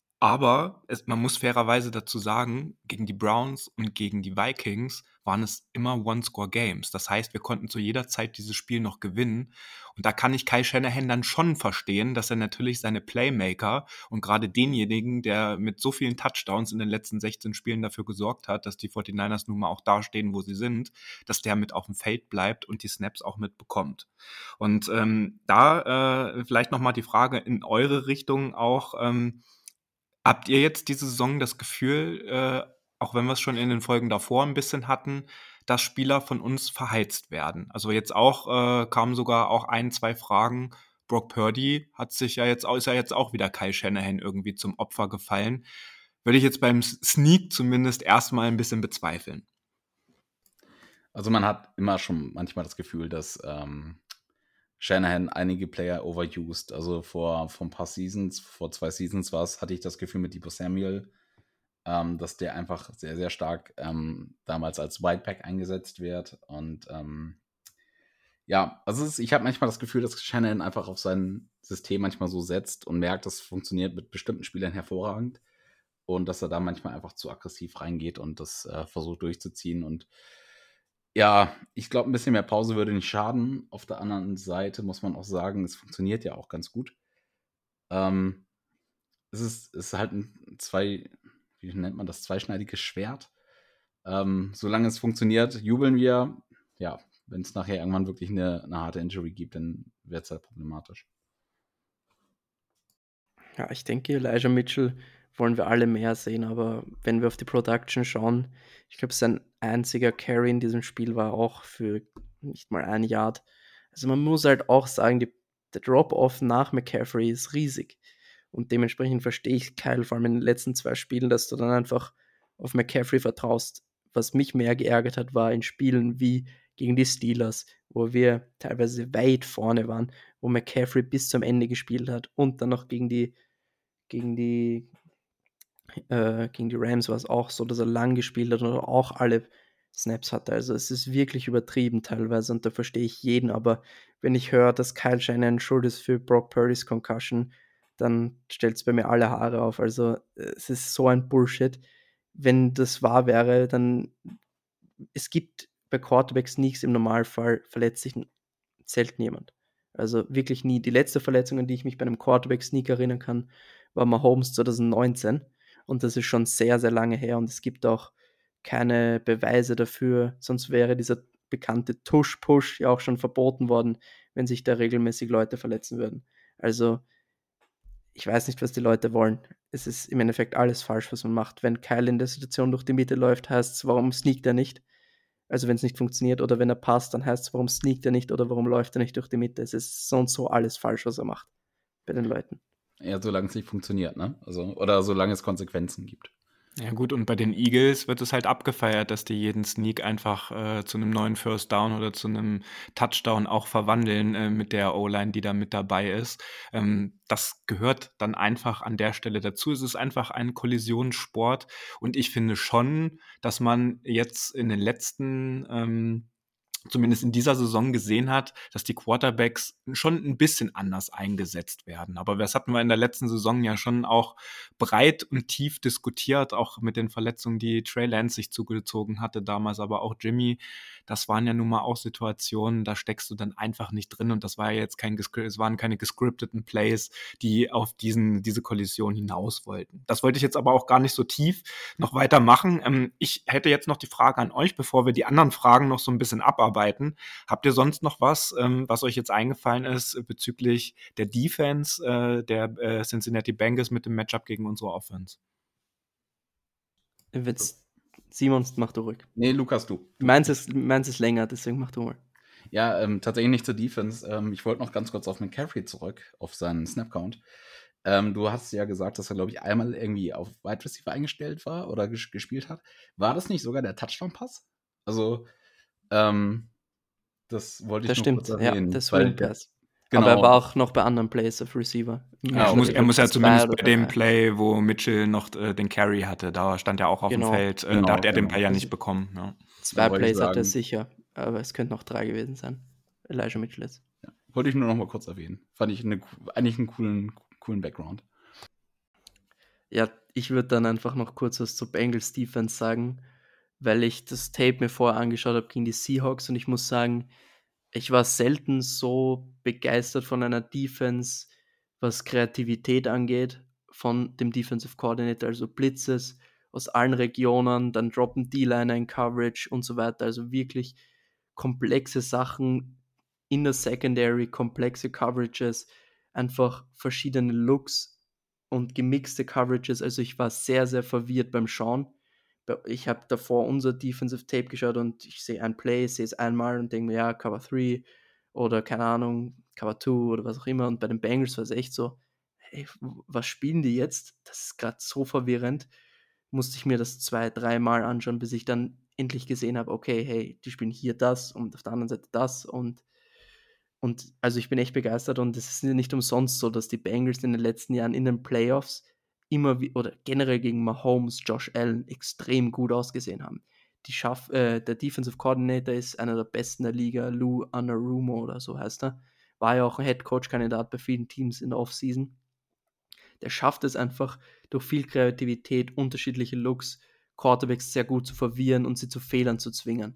aber es, man muss fairerweise dazu sagen, gegen die Browns und gegen die Vikings waren es immer One-Score-Games. Das heißt, wir konnten zu jeder Zeit dieses Spiel noch gewinnen. Und da kann ich Kyle Shanahan dann schon verstehen, dass er natürlich seine Playmaker und gerade denjenigen, der mit so vielen Touchdowns in den letzten sechzehn Spielen dafür gesorgt hat, dass die forty-niners nun mal auch da stehen, wo sie sind, dass der mit auf dem Feld bleibt und die Snaps auch mitbekommt. Und ähm, da äh, vielleicht nochmal die Frage in eure Richtung auch, ähm, habt ihr jetzt diese Saison das Gefühl, äh, auch wenn wir es schon in den Folgen davor ein bisschen hatten, dass Spieler von uns verheizt werden? Also jetzt auch äh, kamen sogar auch ein, zwei Fragen. Brock Purdy hat sich ja jetzt, ist ja jetzt auch wieder Kyle Shanahan irgendwie zum Opfer gefallen. Würde ich jetzt beim Sneak zumindest erstmal ein bisschen bezweifeln. Also man hat immer schon manchmal das Gefühl, dass ähm, Shanahan einige Player overused. Also vor, vor ein paar Seasons, vor zwei Seasons war es, hatte ich das Gefühl mit Deebo Samuel, ähm, dass der einfach sehr, sehr stark ähm, damals als Whiteback eingesetzt wird. Und ähm, ja, also es ist, ich habe manchmal das Gefühl, dass Shanahan einfach auf sein System manchmal so setzt und merkt, das funktioniert mit bestimmten Spielern hervorragend. Und dass er da manchmal einfach zu aggressiv reingeht und das äh, versucht durchzuziehen. Und Ja, ich glaube, ein bisschen mehr Pause würde nicht schaden. Auf der anderen Seite muss man auch sagen, es funktioniert ja auch ganz gut. Ähm, es ist, es ist halt ein zwei, wie nennt man das, zweischneidiges Schwert. Ähm, solange es funktioniert, jubeln wir. Ja, wenn es nachher irgendwann wirklich eine, eine harte Injury gibt, dann wird es halt problematisch. Ja, ich denke, Elijah Mitchell wollen wir alle mehr sehen, aber wenn wir auf die Production schauen, ich glaube, sein einziger Carry in diesem Spiel war auch für nicht mal ein Yard. Also man muss halt auch sagen, die, der Drop-Off nach McCaffrey ist riesig. Und dementsprechend verstehe ich Kyle vor allem in den letzten zwei Spielen, dass du dann einfach auf McCaffrey vertraust. Was mich mehr geärgert hat, war in Spielen wie gegen die Steelers, wo wir teilweise weit vorne waren, wo McCaffrey bis zum Ende gespielt hat und dann noch gegen die gegen die äh, gegen die Rams war es auch so, dass er lang gespielt hat und auch alle Snaps hatte. Also es ist wirklich übertrieben teilweise und da verstehe ich jeden, aber wenn ich höre, dass Kyle Shanahan schuld ist für Brock Purdy's Concussion, dann stellt es bei mir alle Haare auf. Also es ist so ein Bullshit. Wenn das wahr wäre, dann es gibt bei Quarterback-Sneaks im Normalfall verletzt sich selten jemand. Also wirklich nie. Die letzte Verletzung, an die ich mich bei einem Quarterback-Sneak erinnern kann, war Mahomes zwanzig neunzehn. Und das ist schon sehr, sehr lange her. Und es gibt auch keine Beweise dafür. Sonst wäre dieser bekannte Tush-Push ja auch schon verboten worden, wenn sich da regelmäßig Leute verletzen würden. Also ich weiß nicht, was die Leute wollen. Es ist im Endeffekt alles falsch, was man macht. Wenn Kyle in der Situation durch die Mitte läuft, heißt es, warum sneakt er nicht? Also wenn es nicht funktioniert oder wenn er passt, dann heißt es, warum sneakt er nicht oder warum läuft er nicht durch die Mitte. Es ist so und so alles falsch, was er macht bei den Leuten. Ja, solange es nicht funktioniert, ne? Also, oder solange es Konsequenzen gibt. Ja gut, und bei den Eagles wird es halt abgefeiert, dass die jeden Sneak einfach äh, zu einem neuen First Down oder zu einem Touchdown auch verwandeln äh, mit der O-Line, die da mit dabei ist. Ähm, das gehört dann einfach an der Stelle dazu. Es ist einfach ein Kollisionssport und ich finde schon, dass man jetzt in den letzten ähm, zumindest in dieser Saison gesehen hat, dass die Quarterbacks schon ein bisschen anders eingesetzt werden. Aber das hatten wir in der letzten Saison ja schon auch breit und tief diskutiert, auch mit den Verletzungen, die Trey Lance sich zugezogen hatte damals, aber auch Jimmy. Das waren ja nun mal auch Situationen, da steckst du dann einfach nicht drin und das war ja jetzt kein, es waren keine gescripteten Plays, die auf diesen, diese Kollision hinaus wollten. Das wollte ich jetzt aber auch gar nicht so tief noch weitermachen. Ähm, ich hätte jetzt noch die Frage an euch, bevor wir die anderen Fragen noch so ein bisschen abarbeiten. Habt ihr sonst noch was, ähm, was euch jetzt eingefallen ist äh, bezüglich der Defense äh, der äh, Cincinnati Bengals mit dem Matchup gegen unsere Offense? Wenn's Simons, mach du ruhig. Nee, Lukas, du. du. Meins ist, meins ist länger, deswegen mach du mal. Ja, ähm, tatsächlich nicht zur Defense. Ähm, ich wollte noch ganz kurz auf McCaffrey zurück, auf seinen Snap-Count. Ähm, du hast ja gesagt, dass er, glaube ich, einmal irgendwie auf Wide Receiver eingestellt war oder ges- gespielt hat. War das nicht sogar der Touchdown-Pass? Also, ähm, das wollte ich Das noch stimmt, kurz ja, erwähnen. der weil- Swing Pass. Genau. Aber er war auch noch bei anderen Plays auf Receiver. Ja, Ah, muss, okay. er muss ja Zwei zumindest oder bei dem drei. Play, wo Mitchell noch äh, den Carry hatte, da stand er auch auf Genau. dem Feld. Äh, Genau, da hat er den genau. Play ja Also- nicht bekommen. Ja. Zwei wollte ich Plays hat er sagen. sicher, aber es könnten noch drei gewesen sein. Elijah Mitchell ist. Wollte ich nur noch mal kurz erwähnen. Fand ich eine, eigentlich einen coolen, coolen Background. Ja, ich würde dann einfach noch kurz was zu Bengals Defense sagen, weil ich das Tape mir vorher angeschaut habe gegen die Seahawks und ich muss sagen, ich war selten so begeistert von einer Defense, was Kreativität angeht, von dem Defensive Coordinator, also Blitzes aus allen Regionen, dann droppen D-Liner in Coverage und so weiter, also wirklich komplexe Sachen in der Secondary, komplexe Coverages, einfach verschiedene Looks und gemixte Coverages. Also ich war sehr, sehr verwirrt beim Schauen. Ich habe davor unser Defensive Tape geschaut und ich sehe ein Play, sehe es einmal und denke mir, ja, Cover drei oder keine Ahnung, Cover zwei oder was auch immer. Und bei den Bengals war es echt so, hey, was spielen die jetzt? Das ist gerade so verwirrend. Musste ich mir das zwei, dreimal anschauen, bis ich dann endlich gesehen habe, okay, hey, die spielen hier das und auf der anderen Seite das und und also ich bin echt begeistert und es ist nicht umsonst so, dass die Bengals in den letzten Jahren in den Playoffs immer wie, oder generell gegen Mahomes, Josh Allen extrem gut ausgesehen haben. Die Schaff, äh, der Defensive Coordinator ist einer der besten der Liga, Lou Anarumo oder so heißt er. War ja auch ein Head-Coach-Kandidat bei vielen Teams in der Offseason. Der schafft es einfach durch viel Kreativität, unterschiedliche Looks, Quarterbacks sehr gut zu verwirren und sie zu Fehlern zu zwingen.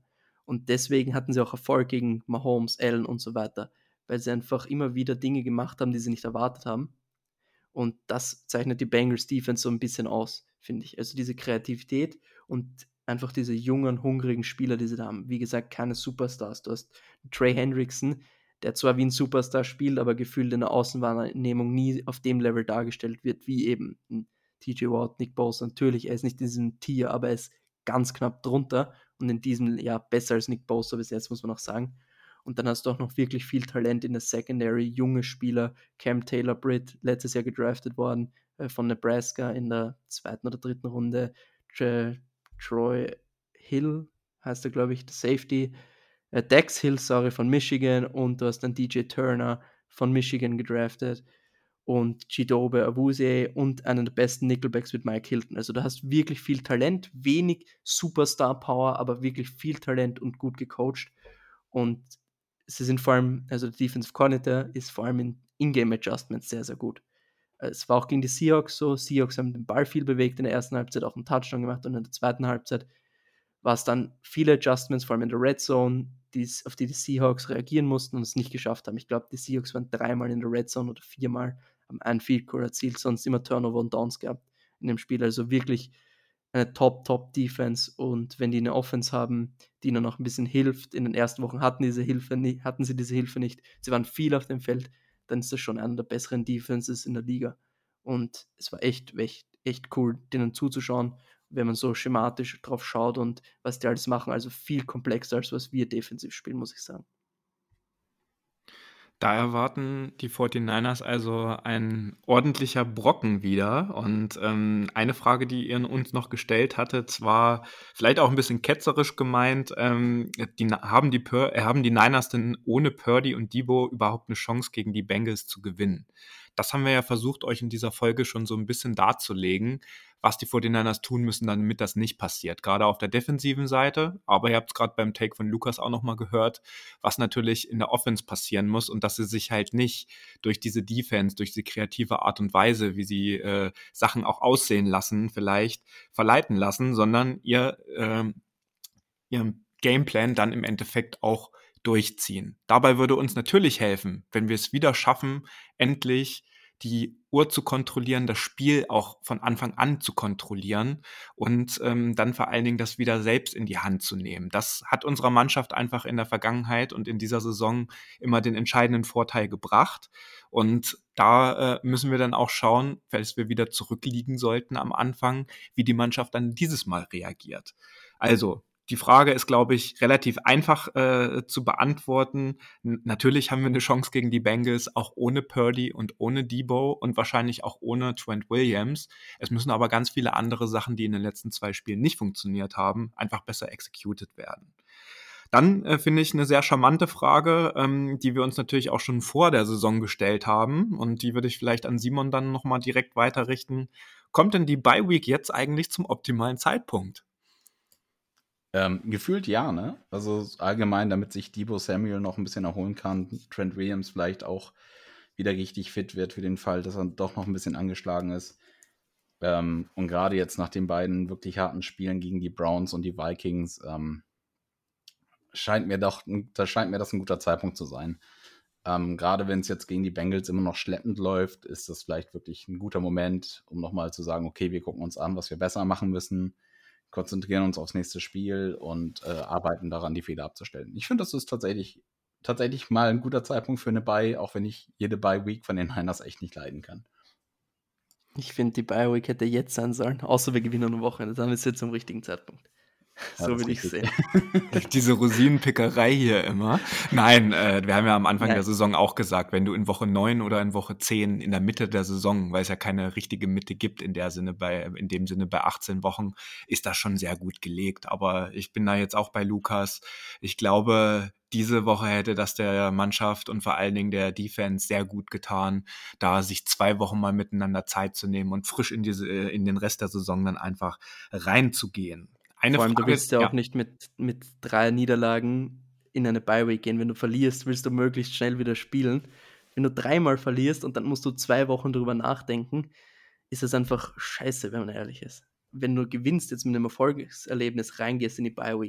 Und deswegen hatten sie auch Erfolg gegen Mahomes, Allen und so weiter, weil sie einfach immer wieder Dinge gemacht haben, die sie nicht erwartet haben. Und das zeichnet die Bengals Defense so ein bisschen aus, finde ich. Also diese Kreativität und einfach diese jungen, hungrigen Spieler, die sie da haben. Wie gesagt, keine Superstars. Du hast Trey Hendrickson, der zwar wie ein Superstar spielt, aber gefühlt in der Außenwahrnehmung nie auf dem Level dargestellt wird, wie eben ein T J Watt, Nick Bosa. Natürlich, er ist nicht in diesem Tier, aber er ist ganz knapp drunter und in diesem Jahr besser als Nick Bosa bis jetzt, muss man auch sagen. Und dann hast du auch noch wirklich viel Talent in der Secondary, junge Spieler, Cam Taylor-Britt, letztes Jahr gedraftet worden äh, von Nebraska in der zweiten oder dritten Runde, Tr- Troy Hill heißt er, glaube ich, der Safety, äh, Dex Hill, sorry, von Michigan, und du hast dann D J Turner von Michigan gedraftet und Chidobe Awuzie und einen der besten Nickelbacks mit Mike Hilton. Also du hast wirklich viel Talent, wenig Superstar-Power, aber wirklich viel Talent und gut gecoacht. Und sie sind vor allem, also der Defensive Coordinator ist vor allem in In-Game-Adjustments sehr, sehr gut. Es war auch gegen die Seahawks so. Seahawks haben den Ball viel bewegt in der ersten Halbzeit, auch einen Touchdown gemacht, und in der zweiten Halbzeit war es dann viele Adjustments, vor allem in der Red Zone, die's, auf die die Seahawks reagieren mussten und es nicht geschafft haben. Ich glaube, die Seahawks waren dreimal in der Red Zone oder viermal, haben einen Field Goal erzielt, sonst immer Turnover und Downs gehabt in dem Spiel. Also wirklich eine Top-Top-Defense, und wenn die eine Offense haben, die ihnen noch ein bisschen hilft, in den ersten Wochen hatten, diese Hilfe nie, hatten sie diese Hilfe nicht, sie waren viel auf dem Feld, dann ist das schon einer der besseren Defenses in der Liga. Und es war echt, echt, echt cool, denen zuzuschauen, wenn man so schematisch drauf schaut und was die alles machen. Also viel komplexer, als was wir defensiv spielen, muss ich sagen. Da erwarten die forty-niners also ein ordentlicher Brocken wieder. Und ähm, eine Frage, die ihr uns noch gestellt hattet, zwar vielleicht auch ein bisschen ketzerisch gemeint, ähm, die, haben, die Pur- äh, haben die Niners denn ohne Purdy und Debo überhaupt eine Chance gegen die Bengals zu gewinnen? Das haben wir ja versucht, euch in dieser Folge schon so ein bisschen darzulegen, was die forty-niners tun müssen, damit das nicht passiert. Gerade auf der defensiven Seite, aber ihr habt es gerade beim Take von Lukas auch nochmal gehört, was natürlich in der Offense passieren muss und dass sie sich halt nicht durch diese Defense, durch diese kreative Art und Weise, wie sie äh, Sachen auch aussehen lassen, vielleicht verleiten lassen, sondern ihr äh, ihren Gameplan dann im Endeffekt auch durchziehen. Dabei würde uns natürlich helfen, wenn wir es wieder schaffen, endlich die Uhr zu kontrollieren, das Spiel auch von Anfang an zu kontrollieren und ähm, dann vor allen Dingen das wieder selbst in die Hand zu nehmen. Das hat unserer Mannschaft einfach in der Vergangenheit und in dieser Saison immer den entscheidenden Vorteil gebracht. Und da äh, müssen wir dann auch schauen, falls wir wieder zurückliegen sollten am Anfang, wie die Mannschaft dann dieses Mal reagiert. Also, die Frage ist, glaube ich, relativ einfach äh, zu beantworten. N- natürlich haben wir eine Chance gegen die Bengals, auch ohne Purdy und ohne Debo und wahrscheinlich auch ohne Trent Williams. Es müssen aber ganz viele andere Sachen, die in den letzten zwei Spielen nicht funktioniert haben, einfach besser executed werden. Dann äh, finde ich eine sehr charmante Frage, ähm, die wir uns natürlich auch schon vor der Saison gestellt haben, und die würde ich vielleicht an Simon dann nochmal direkt weiterrichten. Kommt denn die Bye Week jetzt eigentlich zum optimalen Zeitpunkt? Ähm, gefühlt ja, ne? Also allgemein, damit sich Debo Samuel noch ein bisschen erholen kann, Trent Williams vielleicht auch wieder richtig fit wird für den Fall, dass er doch noch ein bisschen angeschlagen ist. Ähm, und gerade jetzt nach den beiden wirklich harten Spielen gegen die Browns und die Vikings, ähm, scheint mir doch, da scheint mir das ein guter Zeitpunkt zu sein. Ähm, gerade wenn es jetzt gegen die Bengals immer noch schleppend läuft, ist das vielleicht wirklich ein guter Moment, um nochmal zu sagen, okay, wir gucken uns an, was wir besser machen müssen, konzentrieren uns aufs nächste Spiel und äh, arbeiten daran, die Fehler abzustellen. Ich finde, das ist tatsächlich, tatsächlich mal ein guter Zeitpunkt für eine Bye, auch wenn ich jede Bye-Week von den Niners echt nicht leiden kann. Ich finde, die Bye-Week hätte jetzt sein sollen, außer wir gewinnen am Wochenende. Dann ist es jetzt zum richtigen Zeitpunkt. Ja, So das würde ich ist sehen. Diese Rosinenpickerei hier immer. Nein, äh, wir haben ja am Anfang Nein. der Saison auch gesagt, wenn du in Woche neun oder in Woche zehn in der Mitte der Saison, weil es ja keine richtige Mitte gibt in der Sinne bei, in dem Sinne bei achtzehn Wochen, ist das schon sehr gut gelegt. Aber ich bin da jetzt auch bei Lukas. Ich glaube, diese Woche hätte das der Mannschaft und vor allen Dingen der Defense sehr gut getan, da sich zwei Wochen mal miteinander Zeit zu nehmen und frisch in diese, in den Rest der Saison dann einfach reinzugehen. Eine Vor allem, Frage, du willst ja auch ja. nicht mit, mit drei Niederlagen in eine Bye-Week gehen. Wenn du verlierst, willst du möglichst schnell wieder spielen. Wenn du dreimal verlierst und dann musst du zwei Wochen drüber nachdenken, ist es einfach scheiße, wenn man ehrlich ist. Wenn du gewinnst, jetzt mit einem Erfolgserlebnis reingehst in die Bye-Week,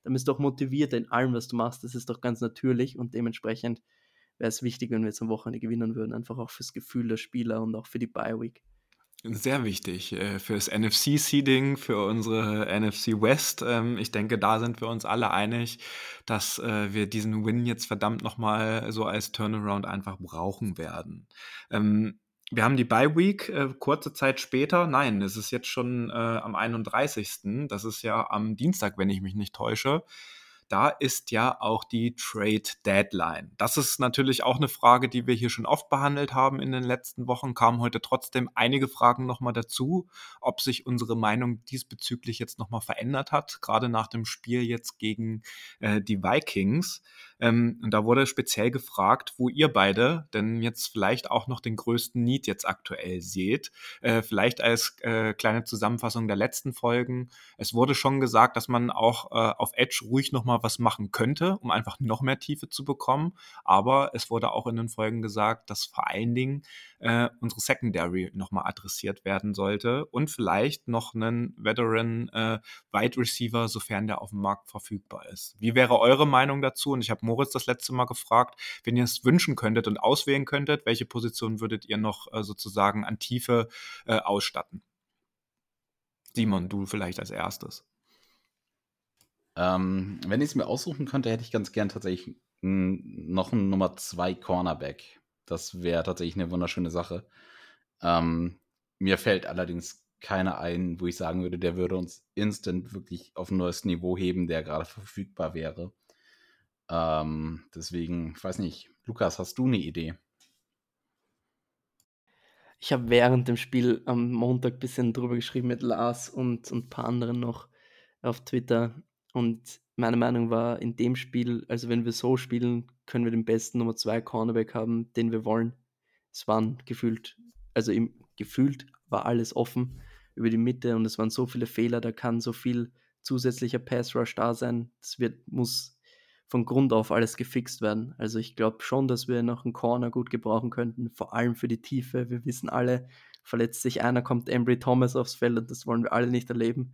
dann bist du auch motiviert in allem, was du machst. Das ist doch ganz natürlich und dementsprechend wäre es wichtig, wenn wir jetzt am Wochenende gewinnen würden, einfach auch fürs Gefühl der Spieler und auch für die Bye-Week. Sehr wichtig äh, fürs N F C-Seeding, für unsere N F C West. Ähm, ich denke, da sind wir uns alle einig, dass äh, wir diesen Win jetzt verdammt nochmal so als Turnaround einfach brauchen werden. Ähm, wir haben die Bye-Week äh, kurze Zeit später. Nein, es ist jetzt schon äh, am einunddreißigsten Das ist ja am Dienstag, wenn ich mich nicht täusche. Da ist ja auch die Trade Deadline. Das ist natürlich auch eine Frage, die wir hier schon oft behandelt haben in den letzten Wochen. Kamen heute trotzdem einige Fragen nochmal dazu, ob sich unsere Meinung diesbezüglich jetzt nochmal verändert hat, gerade nach dem Spiel jetzt gegen äh, die Vikings. Ähm, und da wurde speziell gefragt, wo ihr beide denn jetzt vielleicht auch noch den größten Need jetzt aktuell seht. Äh, vielleicht als äh, kleine Zusammenfassung der letzten Folgen. Es wurde schon gesagt, dass man auch äh, auf Edge ruhig nochmal was machen könnte, um einfach noch mehr Tiefe zu bekommen. Aber es wurde auch in den Folgen gesagt, dass vor allen Dingen äh, unsere Secondary nochmal adressiert werden sollte und vielleicht noch einen Veteran äh, Wide Receiver, sofern der auf dem Markt verfügbar ist. Wie wäre eure Meinung dazu? Und ich habe Moritz das letzte Mal gefragt, wenn ihr es wünschen könntet und auswählen könntet, welche Position würdet ihr noch äh, sozusagen an Tiefe äh, ausstatten? Simon, du vielleicht als erstes. Ähm, wenn ich es mir aussuchen könnte, hätte ich ganz gern tatsächlich n- noch einen Nummer zwei Cornerback. Das wäre tatsächlich eine wunderschöne Sache. Ähm, mir fällt allerdings keiner ein, wo ich sagen würde, der würde uns instant wirklich auf ein neues Niveau heben, der gerade verfügbar wäre. Ähm, deswegen, ich weiß nicht, Lukas, hast du eine Idee? Ich habe während dem Spiel am Montag ein bisschen drüber geschrieben mit Lars und, und ein paar anderen noch auf Twitter. Und meine Meinung war, in dem Spiel, also wenn wir so spielen, können wir den besten Nummer zwei Cornerback haben, den wir wollen. Es waren gefühlt, also im, gefühlt war alles offen über die Mitte und es waren so viele Fehler, da kann so viel zusätzlicher Pass Rush da sein. Das wird, muss von Grund auf alles gefixt werden. Also ich glaube schon, dass wir noch einen Corner gut gebrauchen könnten, vor allem für die Tiefe. Wir wissen alle, verletzt sich einer, kommt Embry Thomas aufs Feld und das wollen wir alle nicht erleben.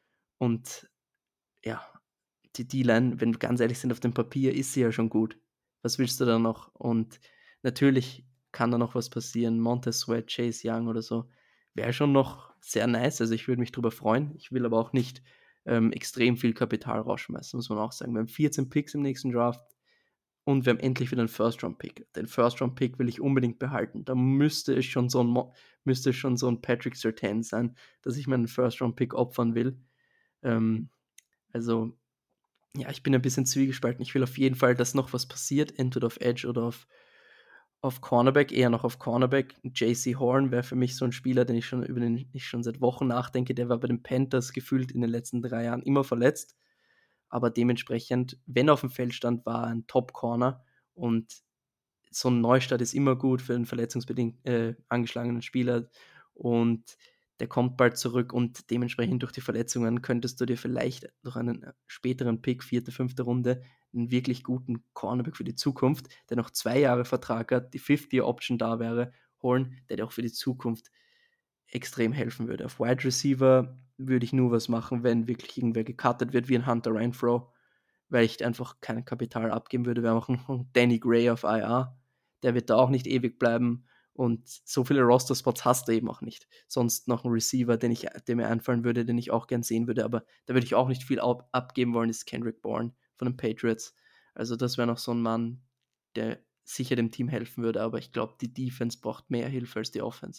Und ja, die D-Line, wenn wir ganz ehrlich sind, auf dem Papier ist sie ja schon gut. Was willst du da noch? Und natürlich kann da noch was passieren. Montez Sweat, Chase Young oder so. Wäre schon noch sehr nice. Also ich würde mich drüber freuen. Ich will aber auch nicht ähm, extrem viel Kapital rausschmeißen, muss man auch sagen. Wir haben vierzehn Picks im nächsten Draft und wir haben endlich wieder einen First-Round-Pick. Den First-Round-Pick will ich unbedingt behalten. Da müsste es schon so ein, Mo- müsste es schon so ein Patrick Surtain sein, dass ich meinen First-Round-Pick opfern will. Ähm, also ja, ich bin ein bisschen zwiegespalten. Ich will auf jeden Fall, dass noch was passiert, entweder auf Edge oder auf, auf Cornerback, eher noch auf Cornerback. J C Horn wäre für mich so ein Spieler, den ich schon über den ich schon seit Wochen nachdenke. Der war bei den Panthers gefühlt in den letzten drei Jahren immer verletzt. Aber dementsprechend, wenn er auf dem Feld stand, war er ein Top-Corner. Und so ein Neustart ist immer gut für einen verletzungsbedingt äh, angeschlagenen Spieler. Und der kommt bald zurück und dementsprechend durch die Verletzungen könntest du dir vielleicht durch einen späteren Pick, vierte, fünfte Runde, einen wirklich guten Cornerback für die Zukunft, der noch zwei Jahre Vertrag hat, die Fifth-Year-Option da wäre, holen, der dir auch für die Zukunft extrem helfen würde. Auf Wide Receiver würde ich nur was machen, wenn wirklich irgendwer gecuttet wird, wie ein Hunter Renfro, weil ich einfach kein Kapital abgeben würde. Wir haben auch einen Danny Gray auf I R, der wird da auch nicht ewig bleiben. Und so viele Roster-Spots hast du eben auch nicht. Sonst noch ein Receiver, den ich, der mir einfallen würde, den ich auch gern sehen würde, aber da würde ich auch nicht viel ab, abgeben wollen, ist Kendrick Bourne von den Patriots. Also das wäre noch so ein Mann, der sicher dem Team helfen würde, aber ich glaube, die Defense braucht mehr Hilfe als die Offense.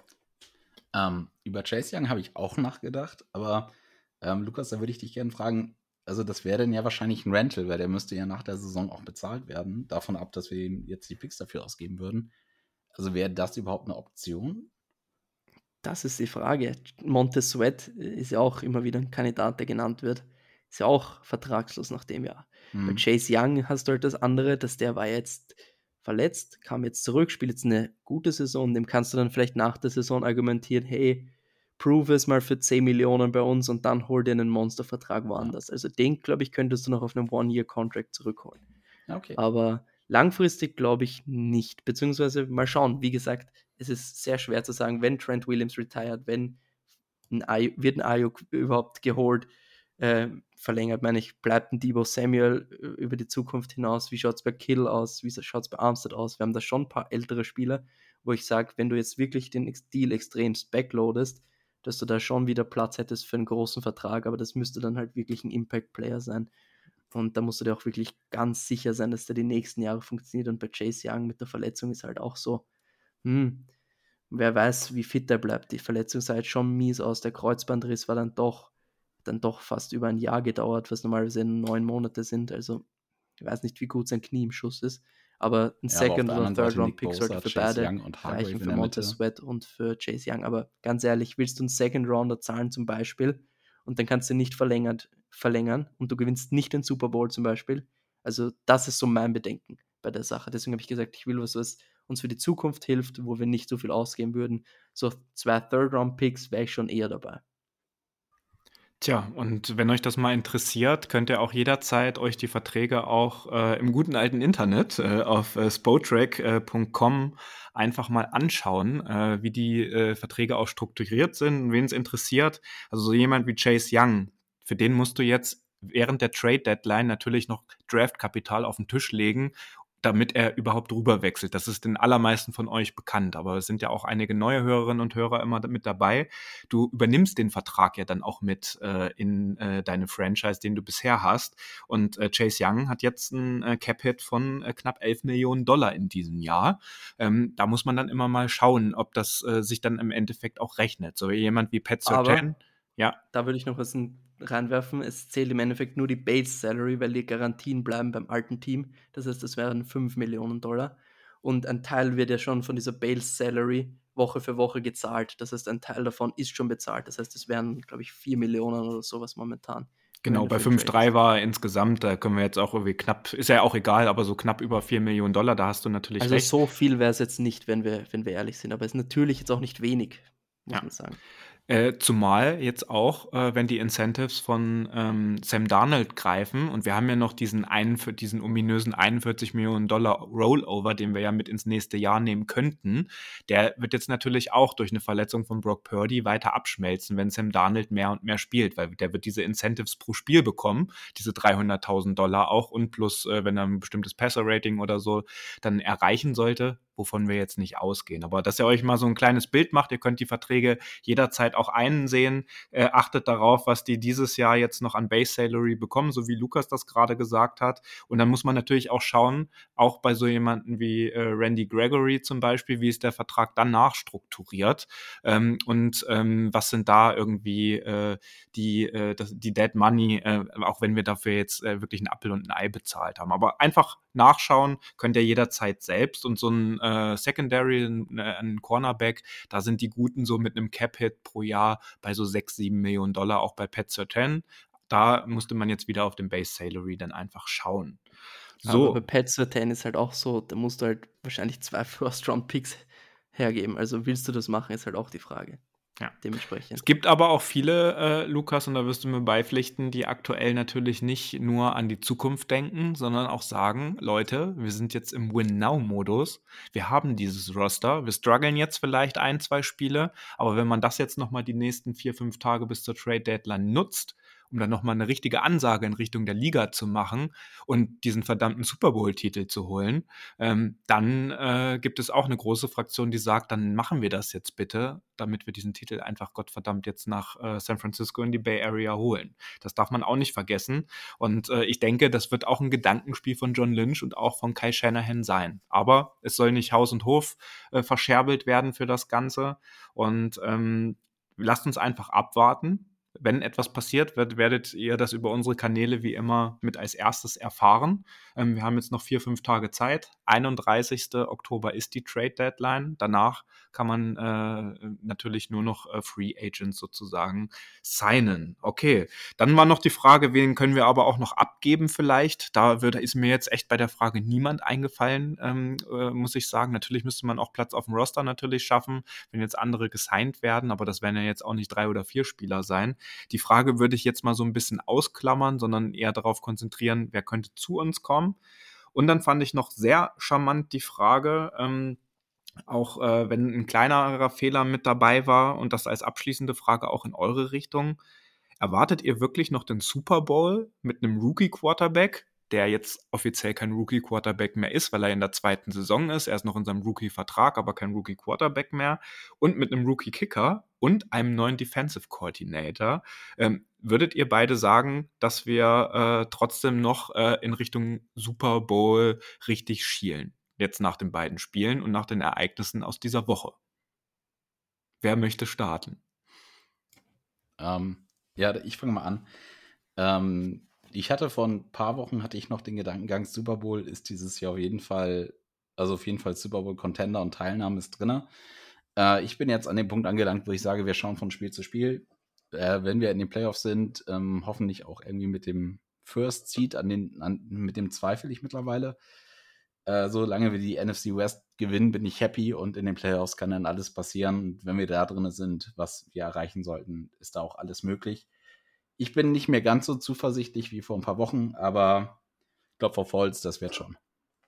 Ähm, über Chase Young habe ich auch nachgedacht, aber ähm, Lukas, da würde ich dich gerne fragen, also das wäre dann ja wahrscheinlich ein Rental, weil der müsste ja nach der Saison auch bezahlt werden, davon ab, dass wir ihm jetzt die Picks dafür ausgeben würden. Also wäre das überhaupt eine Option? Das ist die Frage. Montez Sweat ist ja auch immer wieder ein Kandidat, der genannt wird. Ist ja auch vertragslos nach dem Jahr. Bei Hm. Chase Young hast du halt das andere, dass der war jetzt verletzt, kam jetzt zurück, spielt jetzt eine gute Saison. Dem kannst du dann vielleicht nach der Saison argumentieren, hey, prove es mal für zehn Millionen bei uns und dann hol dir einen Monstervertrag woanders. Also den, glaube ich, könntest du noch auf einem One-Year-Contract zurückholen. Okay. Aber langfristig glaube ich nicht. Beziehungsweise mal schauen. Wie gesagt, es ist sehr schwer zu sagen, wenn Trent Williams retired, wenn ein Ay- wird ein Ayuk überhaupt geholt. äh, verlängert, meine ich, bleibt ein Deebo Samuel über die Zukunft hinaus, wie schaut es bei Kill aus, wie schaut es bei Armstead aus, wir haben da schon ein paar ältere Spieler, wo ich sage, wenn du jetzt wirklich den Deal extremst backloadest, dass du da schon wieder Platz hättest für einen großen Vertrag, aber das müsste dann halt wirklich ein Impact-Player sein. Und da musst du dir auch wirklich ganz sicher sein, dass der die nächsten Jahre funktioniert. Und bei Chase Young mit der Verletzung ist halt auch so, hm, wer weiß, wie fit er bleibt. Die Verletzung sah jetzt schon mies aus. Der Kreuzbandriss war dann doch, dann doch fast über ein Jahr gedauert, was normalerweise neun Monate sind. Also ich weiß nicht, wie gut sein Knie im Schuss ist. Aber ein Ja, aber auf Second- der oder anderen Seite Third-Round-Pick Nick sollte Bosa, für Chase beide Young und Hargrave reichen, in für der Montez Mitte. Sweat und für Chase Young. Aber ganz ehrlich, willst du einen Second-Rounder zahlen zum Beispiel und dann kannst du nicht verlängert, verlängern und du gewinnst nicht den Super Bowl zum Beispiel? Also das ist so mein Bedenken bei der Sache. Deswegen habe ich gesagt, ich will was, was uns für die Zukunft hilft, wo wir nicht so viel ausgeben würden. So zwei Third-Round-Picks wäre ich schon eher dabei. Tja, und wenn euch das mal interessiert, könnt ihr auch jederzeit euch die Verträge auch äh, im guten alten Internet äh, auf äh, spotrac punkt com einfach mal anschauen, äh, wie die äh, Verträge auch strukturiert sind, wen es interessiert. Also so jemand wie Chase Young, für den musst du jetzt während der Trade-Deadline natürlich noch Draftkapital auf den Tisch legen, damit er überhaupt rüberwechselt. Das ist den allermeisten von euch bekannt, aber es sind ja auch einige neue Hörerinnen und Hörer immer mit dabei. Du übernimmst den Vertrag ja dann auch mit äh, in äh, deine Franchise, den du bisher hast. Und äh, Chase Young hat jetzt einen äh, Cap-Hit von äh, knapp elf Millionen Dollar in diesem Jahr. Ähm, da muss man dann immer mal schauen, ob das äh, sich dann im Endeffekt auch rechnet. So jemand wie Pat Surtain, ja. Da würde ich noch was reinwerfen. Es zählt im Endeffekt nur die Base Salary, weil die Garantien bleiben beim alten Team. Das heißt, das wären fünf Millionen Dollar. Und ein Teil wird ja schon von dieser Base Salary Woche für Woche gezahlt. Das heißt, ein Teil davon ist schon bezahlt. Das heißt, es wären, glaube ich, vier Millionen oder sowas momentan. Genau, bei fünf Komma drei war insgesamt, da können wir jetzt auch irgendwie knapp, ist ja auch egal, aber so knapp über vier Millionen Dollar, da hast du natürlich also recht. Also so viel wäre es jetzt nicht, wenn wir, wenn wir ehrlich sind. Aber es ist natürlich jetzt auch nicht wenig, muss ja. man sagen. Äh, zumal jetzt auch, äh, wenn die Incentives von ähm, Sam Darnold greifen und wir haben ja noch diesen, einen, diesen ominösen einundvierzig Millionen Dollar Rollover, den wir ja mit ins nächste Jahr nehmen könnten, der wird jetzt natürlich auch durch eine Verletzung von Brock Purdy weiter abschmelzen, wenn Sam Darnold mehr und mehr spielt, weil der wird diese Incentives pro Spiel bekommen, diese dreihunderttausend Dollar auch und plus, äh, wenn er ein bestimmtes Passer-Rating oder so dann erreichen sollte, wovon wir jetzt nicht ausgehen. Aber dass ihr euch mal so ein kleines Bild macht, ihr könnt die Verträge jederzeit auch einsehen, äh, achtet darauf, was die dieses Jahr jetzt noch an Base Salary bekommen, so wie Lukas das gerade gesagt hat. Und dann muss man natürlich auch schauen, auch bei so jemanden wie äh, Randy Gregory zum Beispiel, wie ist der Vertrag danach strukturiert ähm, und ähm, was sind da irgendwie äh, die, äh, das, die Dead Money, äh, auch wenn wir dafür jetzt äh, wirklich ein Apfel und ein Ei bezahlt haben. Aber einfach nachschauen könnt ihr jederzeit selbst und so ein äh, Secondary, ein, ein Cornerback, da sind die Guten so mit einem Cap-Hit pro Jahr bei so sechs, sieben Millionen Dollar, auch bei Pat Surtain. Da musste man jetzt wieder auf den Base Salary dann einfach schauen. So. Aber bei Pat Surtain ist halt auch so, da musst du halt wahrscheinlich zwei First-Round-Picks hergeben. Also willst du das machen, ist halt auch die Frage. Ja. Dementsprechend. Es gibt aber auch viele, äh, Lukas, und da wirst du mir beipflichten, die aktuell natürlich nicht nur an die Zukunft denken, sondern auch sagen, Leute, wir sind jetzt im Win-Now-Modus, wir haben dieses Roster, wir strugglen jetzt vielleicht ein, zwei Spiele, aber wenn man das jetzt nochmal die nächsten vier, fünf Tage bis zur Trade-Deadline nutzt, um dann nochmal eine richtige Ansage in Richtung der Liga zu machen und diesen verdammten Super Bowl-Titel zu holen, ähm, dann äh, gibt es auch eine große Fraktion, die sagt, dann machen wir das jetzt bitte, damit wir diesen Titel einfach Gottverdammt jetzt nach äh, San Francisco in die Bay Area holen. Das darf man auch nicht vergessen. Und äh, ich denke, das wird auch ein Gedankenspiel von John Lynch und auch von Kyle Shanahan sein. Aber es soll nicht Haus und Hof äh, verscherbelt werden für das Ganze. Und ähm, lasst uns einfach abwarten. Wenn etwas passiert, wird, werdet ihr das über unsere Kanäle wie immer mit als erstes erfahren. Ähm, wir haben jetzt noch vier, fünf Tage Zeit. einunddreißigsten Oktober ist die Trade Deadline. Danach kann man äh, natürlich nur noch äh, Free Agents sozusagen signen. Okay, dann war noch die Frage, wen können wir aber auch noch abgeben vielleicht? Da würde, ist mir jetzt echt bei der Frage niemand eingefallen, ähm, äh, muss ich sagen. Natürlich müsste man auch Platz auf dem Roster natürlich schaffen, wenn jetzt andere gesigned werden, aber das werden ja jetzt auch nicht drei oder vier Spieler sein. Die Frage würde ich jetzt mal so ein bisschen ausklammern, sondern eher darauf konzentrieren, wer könnte zu uns kommen. Und dann fand ich noch sehr charmant die Frage, ähm, auch äh, wenn ein kleinerer Fehler mit dabei war und das als abschließende Frage auch in eure Richtung. Erwartet ihr wirklich noch den Super Bowl mit einem Rookie-Quarterback, der jetzt offiziell kein Rookie-Quarterback mehr ist, weil er in der zweiten Saison ist? Er ist noch in seinem Rookie-Vertrag, aber kein Rookie-Quarterback mehr. Und mit einem Rookie-Kicker und einem neuen Defensive Coordinator. Ähm, würdet ihr beide sagen, dass wir äh, trotzdem noch äh, in Richtung Super Bowl richtig schielen? Jetzt nach den beiden Spielen und nach den Ereignissen aus dieser Woche. Wer möchte starten? Ähm, ja, ich fange mal an. Ähm, ich hatte vor ein paar Wochen hatte ich noch den Gedankengang, Super Bowl ist dieses Jahr auf jeden Fall, also auf jeden Fall Super Bowl Contender und Teilnahme ist drin. Äh, ich bin jetzt an dem Punkt angelangt, wo ich sage, wir schauen von Spiel zu Spiel. Äh, wenn wir in den Playoffs sind, ähm, hoffentlich auch irgendwie mit dem First Seed, an den, an, mit dem zweifle ich mittlerweile. Äh, solange wir die N F C West gewinnen, bin ich happy und in den Playoffs kann dann alles passieren. Und wenn wir da drin sind, was wir erreichen sollten, ist da auch alles möglich. Ich bin nicht mehr ganz so zuversichtlich wie vor ein paar Wochen, aber ich glaube, vor Holz, das wird schon.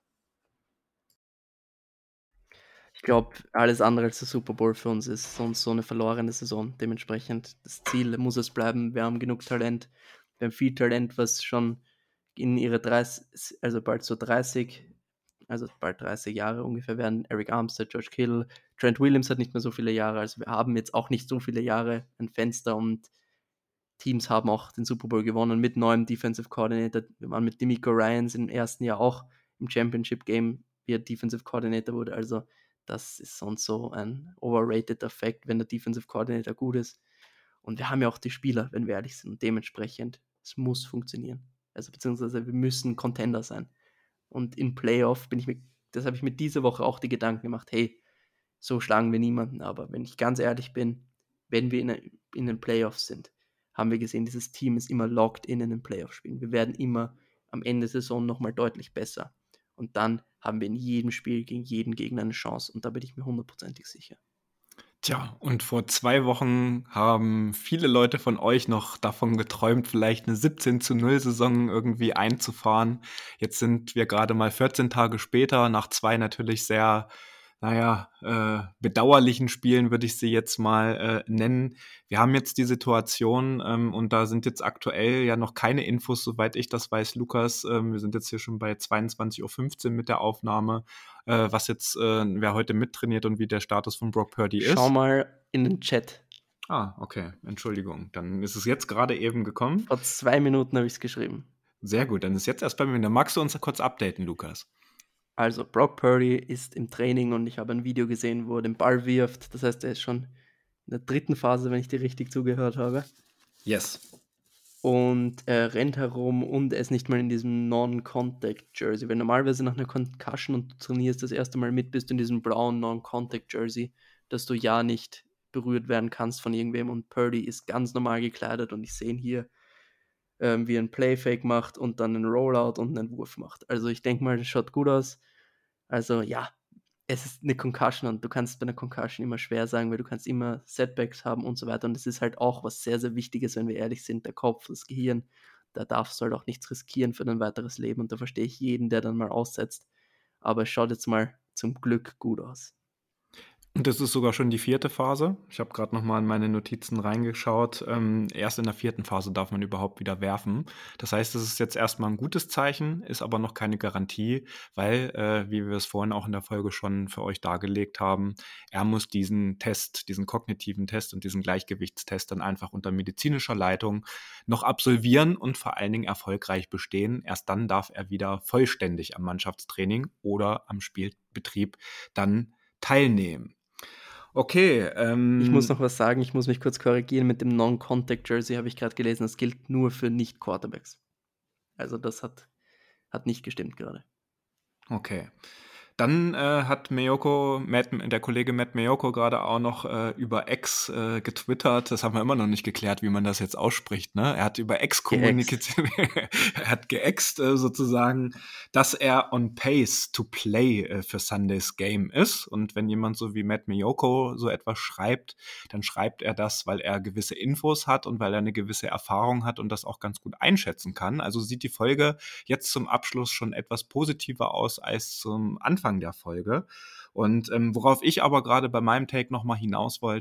Ich glaube, alles andere als der Super Bowl für uns ist sonst so eine verlorene Saison. Dementsprechend, das Ziel muss es bleiben. Wir haben genug Talent. Wir haben viel Talent, was schon in ihre dreißig, also bald so dreißig, also bald dreißig Jahre ungefähr werden. Eric Armstead, George Kittle, Trent Williams hat nicht mehr so viele Jahre. Also wir haben jetzt auch nicht so viele Jahre ein Fenster und Teams haben auch den Super Bowl gewonnen mit neuem Defensive Coordinator. Wir waren mit D'Amico Ryans im ersten Jahr auch im Championship Game, wie er Defensive Coordinator wurde. Also das ist sonst so ein overrated Effekt, wenn der Defensive Coordinator gut ist. Und wir haben ja auch die Spieler, wenn wir ehrlich sind. Und dementsprechend, es muss funktionieren. Also beziehungsweise wir müssen Contender sein. Und in Playoff bin ich mir, das habe ich mir diese Woche auch die Gedanken gemacht, hey, so schlagen wir niemanden. Aber wenn ich ganz ehrlich bin, wenn wir in, in den Playoffs sind, haben wir gesehen, dieses Team ist immer locked in in den Playoff-Spielen. Wir werden immer am Ende der Saison nochmal deutlich besser. Und dann haben wir in jedem Spiel gegen jeden Gegner eine Chance. Und da bin ich mir hundertprozentig sicher. Tja, und vor zwei Wochen haben viele Leute von euch noch davon geträumt, vielleicht eine siebzehn zu null Saison irgendwie einzufahren. Jetzt sind wir gerade mal vierzehn Tage später, nach zwei natürlich sehr, naja, äh, bedauerlichen Spielen würde ich sie jetzt mal äh, nennen. Wir haben jetzt die Situation ähm, und da sind jetzt aktuell ja noch keine Infos, soweit ich das weiß, Lukas. Ähm, wir sind jetzt hier schon bei zweiundzwanzig Uhr fünfzehn mit der Aufnahme, äh, was jetzt, äh, wer heute mittrainiert und wie der Status von Brock Purdy ist. Schau mal in den Chat. Ah, okay, Entschuldigung. Dann ist es jetzt gerade eben gekommen. Vor zwei Minuten habe ich es geschrieben. Sehr gut, dann ist jetzt erst bei mir. Dann magst du uns kurz updaten, Lukas. Also, Brock Purdy ist im Training und ich habe ein Video gesehen, wo er den Ball wirft. Das heißt, er ist schon in der dritten Phase, wenn ich dir richtig zugehört habe. Yes. Und er rennt herum und er ist nicht mal in diesem Non-Contact-Jersey. Wenn normalerweise nach einer Concussion und du trainierst das erste Mal mit, bist du in diesem blauen Non-Contact-Jersey, dass du ja nicht berührt werden kannst von irgendwem. Und Purdy ist ganz normal gekleidet und ich sehe ihn hier, ähm, wie er ein Playfake macht und dann einen Rollout und einen Wurf macht. Also ich denke mal, das schaut gut aus. Also ja, es ist eine Concussion und du kannst bei einer Concussion immer schwer sagen, weil du kannst immer Setbacks haben und so weiter. Und das ist halt auch was sehr, sehr Wichtiges, wenn wir ehrlich sind, der Kopf, das Gehirn. Da darfst du halt auch nichts riskieren für dein weiteres Leben und da verstehe ich jeden, der dann mal aussetzt. Aber es schaut jetzt mal zum Glück gut aus. Und das ist sogar schon die vierte Phase. Ich habe gerade noch mal in meine Notizen reingeschaut. Ähm, erst in der vierten Phase darf man überhaupt wieder werfen. Das heißt, das ist jetzt erstmal ein gutes Zeichen, ist aber noch keine Garantie, weil, äh, wie wir es vorhin auch in der Folge schon für euch dargelegt haben, er muss diesen Test, diesen kognitiven Test und diesen Gleichgewichtstest dann einfach unter medizinischer Leitung noch absolvieren und vor allen Dingen erfolgreich bestehen. Erst dann darf er wieder vollständig am Mannschaftstraining oder am Spielbetrieb dann teilnehmen. Okay. Ähm, ich muss noch was sagen, ich muss mich kurz korrigieren. Mit dem Non-Contact-Jersey habe ich gerade gelesen, das gilt nur für Nicht-Quarterbacks. Also das hat, hat nicht gestimmt gerade. Okay. Dann äh, hat Meyoko, Matt, der Kollege Matt Meyoko gerade auch noch äh, über X äh, getwittert. Das haben wir immer noch nicht geklärt, wie man das jetzt ausspricht. Ne? Er hat über X kommuniziert, er hat geäxt äh, sozusagen, dass er on pace to play äh, für Sundays Game ist. Und wenn jemand so wie Matt Meyoko so etwas schreibt, dann schreibt er das, weil er gewisse Infos hat und weil er eine gewisse Erfahrung hat und das auch ganz gut einschätzen kann. Also sieht die Folge jetzt zum Abschluss schon etwas positiver aus als zum Anfang der Folge. Und ähm, worauf ich aber gerade bei meinem Take nochmal hinaus wollte,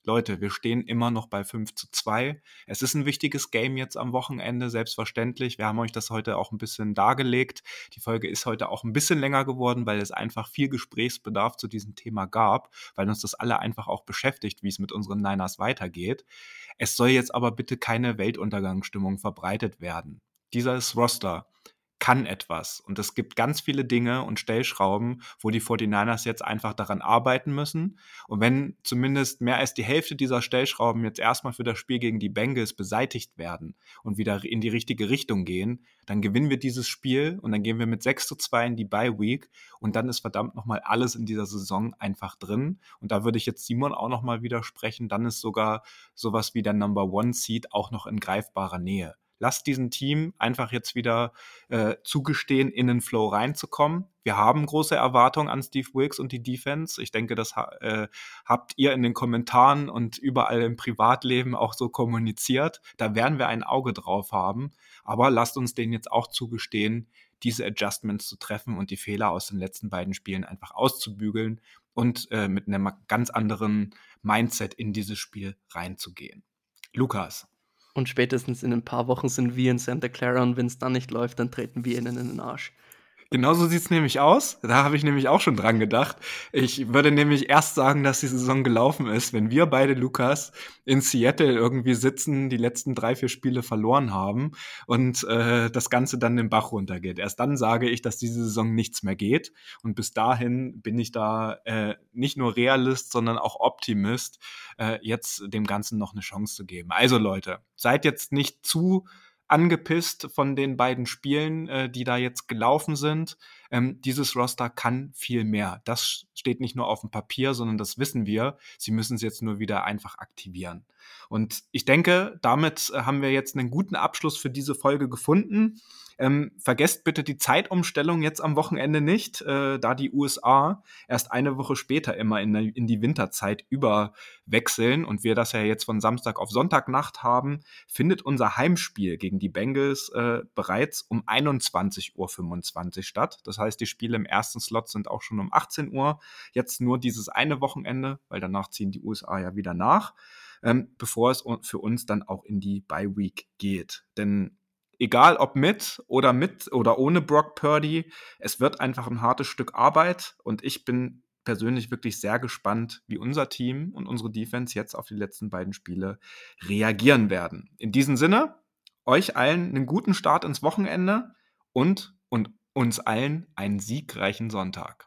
Leute, wir stehen immer noch bei fünf zu zwei. Es ist ein wichtiges Game jetzt am Wochenende, selbstverständlich. Wir haben euch das heute auch ein bisschen dargelegt. Die Folge ist heute auch ein bisschen länger geworden, weil es einfach viel Gesprächsbedarf zu diesem Thema gab, weil uns das alle einfach auch beschäftigt, wie es mit unseren Niners weitergeht. Es soll jetzt aber bitte keine Weltuntergangsstimmung verbreitet werden. Dieses Roster kann etwas. Und es gibt ganz viele Dinge und Stellschrauben, wo die forty-niners jetzt einfach daran arbeiten müssen. Und wenn zumindest mehr als die Hälfte dieser Stellschrauben jetzt erstmal für das Spiel gegen die Bengals beseitigt werden und wieder in die richtige Richtung gehen, dann gewinnen wir dieses Spiel und dann gehen wir mit sechs zu zwei in die Bye-Week und dann ist verdammt nochmal alles in dieser Saison einfach drin. Und da würde ich jetzt Simon auch nochmal widersprechen, dann ist sogar sowas wie der Number One Seed auch noch in greifbarer Nähe. Lasst diesem Team einfach jetzt wieder äh, zugestehen, in den Flow reinzukommen. Wir haben große Erwartungen an Steve Wilks und die Defense. Ich denke, das ha- äh, habt ihr in den Kommentaren und überall im Privatleben auch so kommuniziert. Da werden wir ein Auge drauf haben. Aber lasst uns denen jetzt auch zugestehen, diese Adjustments zu treffen und die Fehler aus den letzten beiden Spielen einfach auszubügeln und äh, mit einem ganz anderen Mindset in dieses Spiel reinzugehen. Lukas. Und spätestens in ein paar Wochen sind wir in Santa Clara und wenn es dann nicht läuft, dann treten wir ihnen in den Arsch. Genauso sieht es nämlich aus. Da habe ich nämlich auch schon dran gedacht. Ich würde nämlich erst sagen, dass die Saison gelaufen ist, wenn wir beide, Lukas, in Seattle irgendwie sitzen, die letzten drei, vier Spiele verloren haben und äh, das Ganze dann den Bach runtergeht. Erst dann sage ich, dass diese Saison nichts mehr geht. Und bis dahin bin ich da äh, nicht nur Realist, sondern auch Optimist, äh, jetzt dem Ganzen noch eine Chance zu geben. Also Leute, seid jetzt nicht zu angepisst von den beiden Spielen, äh, die da jetzt gelaufen sind. Ähm, dieses Roster kann viel mehr. Das steht nicht nur auf dem Papier, sondern das wissen wir. Sie müssen es jetzt nur wieder einfach aktivieren. Und ich denke, damit äh, haben wir jetzt einen guten Abschluss für diese Folge gefunden. Ähm, vergesst bitte die Zeitumstellung jetzt am Wochenende nicht, äh, da die U S A erst eine Woche später immer in, in die Winterzeit überwechseln und wir das ja jetzt von Samstag auf Sonntagnacht haben, findet unser Heimspiel gegen die Bengals äh, bereits um einundzwanzig Uhr fünfundzwanzig statt. Das heißt, die Spiele im ersten Slot sind auch schon um achtzehn Uhr. Jetzt nur dieses eine Wochenende, weil danach ziehen die U S A ja wieder nach, ähm, bevor es für uns dann auch in die Bye Week geht. Denn egal ob mit oder mit oder ohne Brock Purdy, es wird einfach ein hartes Stück Arbeit und ich bin persönlich wirklich sehr gespannt, wie unser Team und unsere Defense jetzt auf die letzten beiden Spiele reagieren werden. In diesem Sinne, euch allen einen guten Start ins Wochenende und, und uns allen einen siegreichen Sonntag.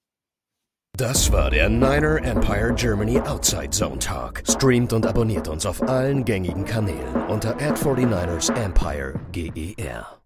Das war der Niner Empire Germany Outside Zone Talk. Streamt und abonniert uns auf allen gängigen Kanälen unter at forty-niners empire ger.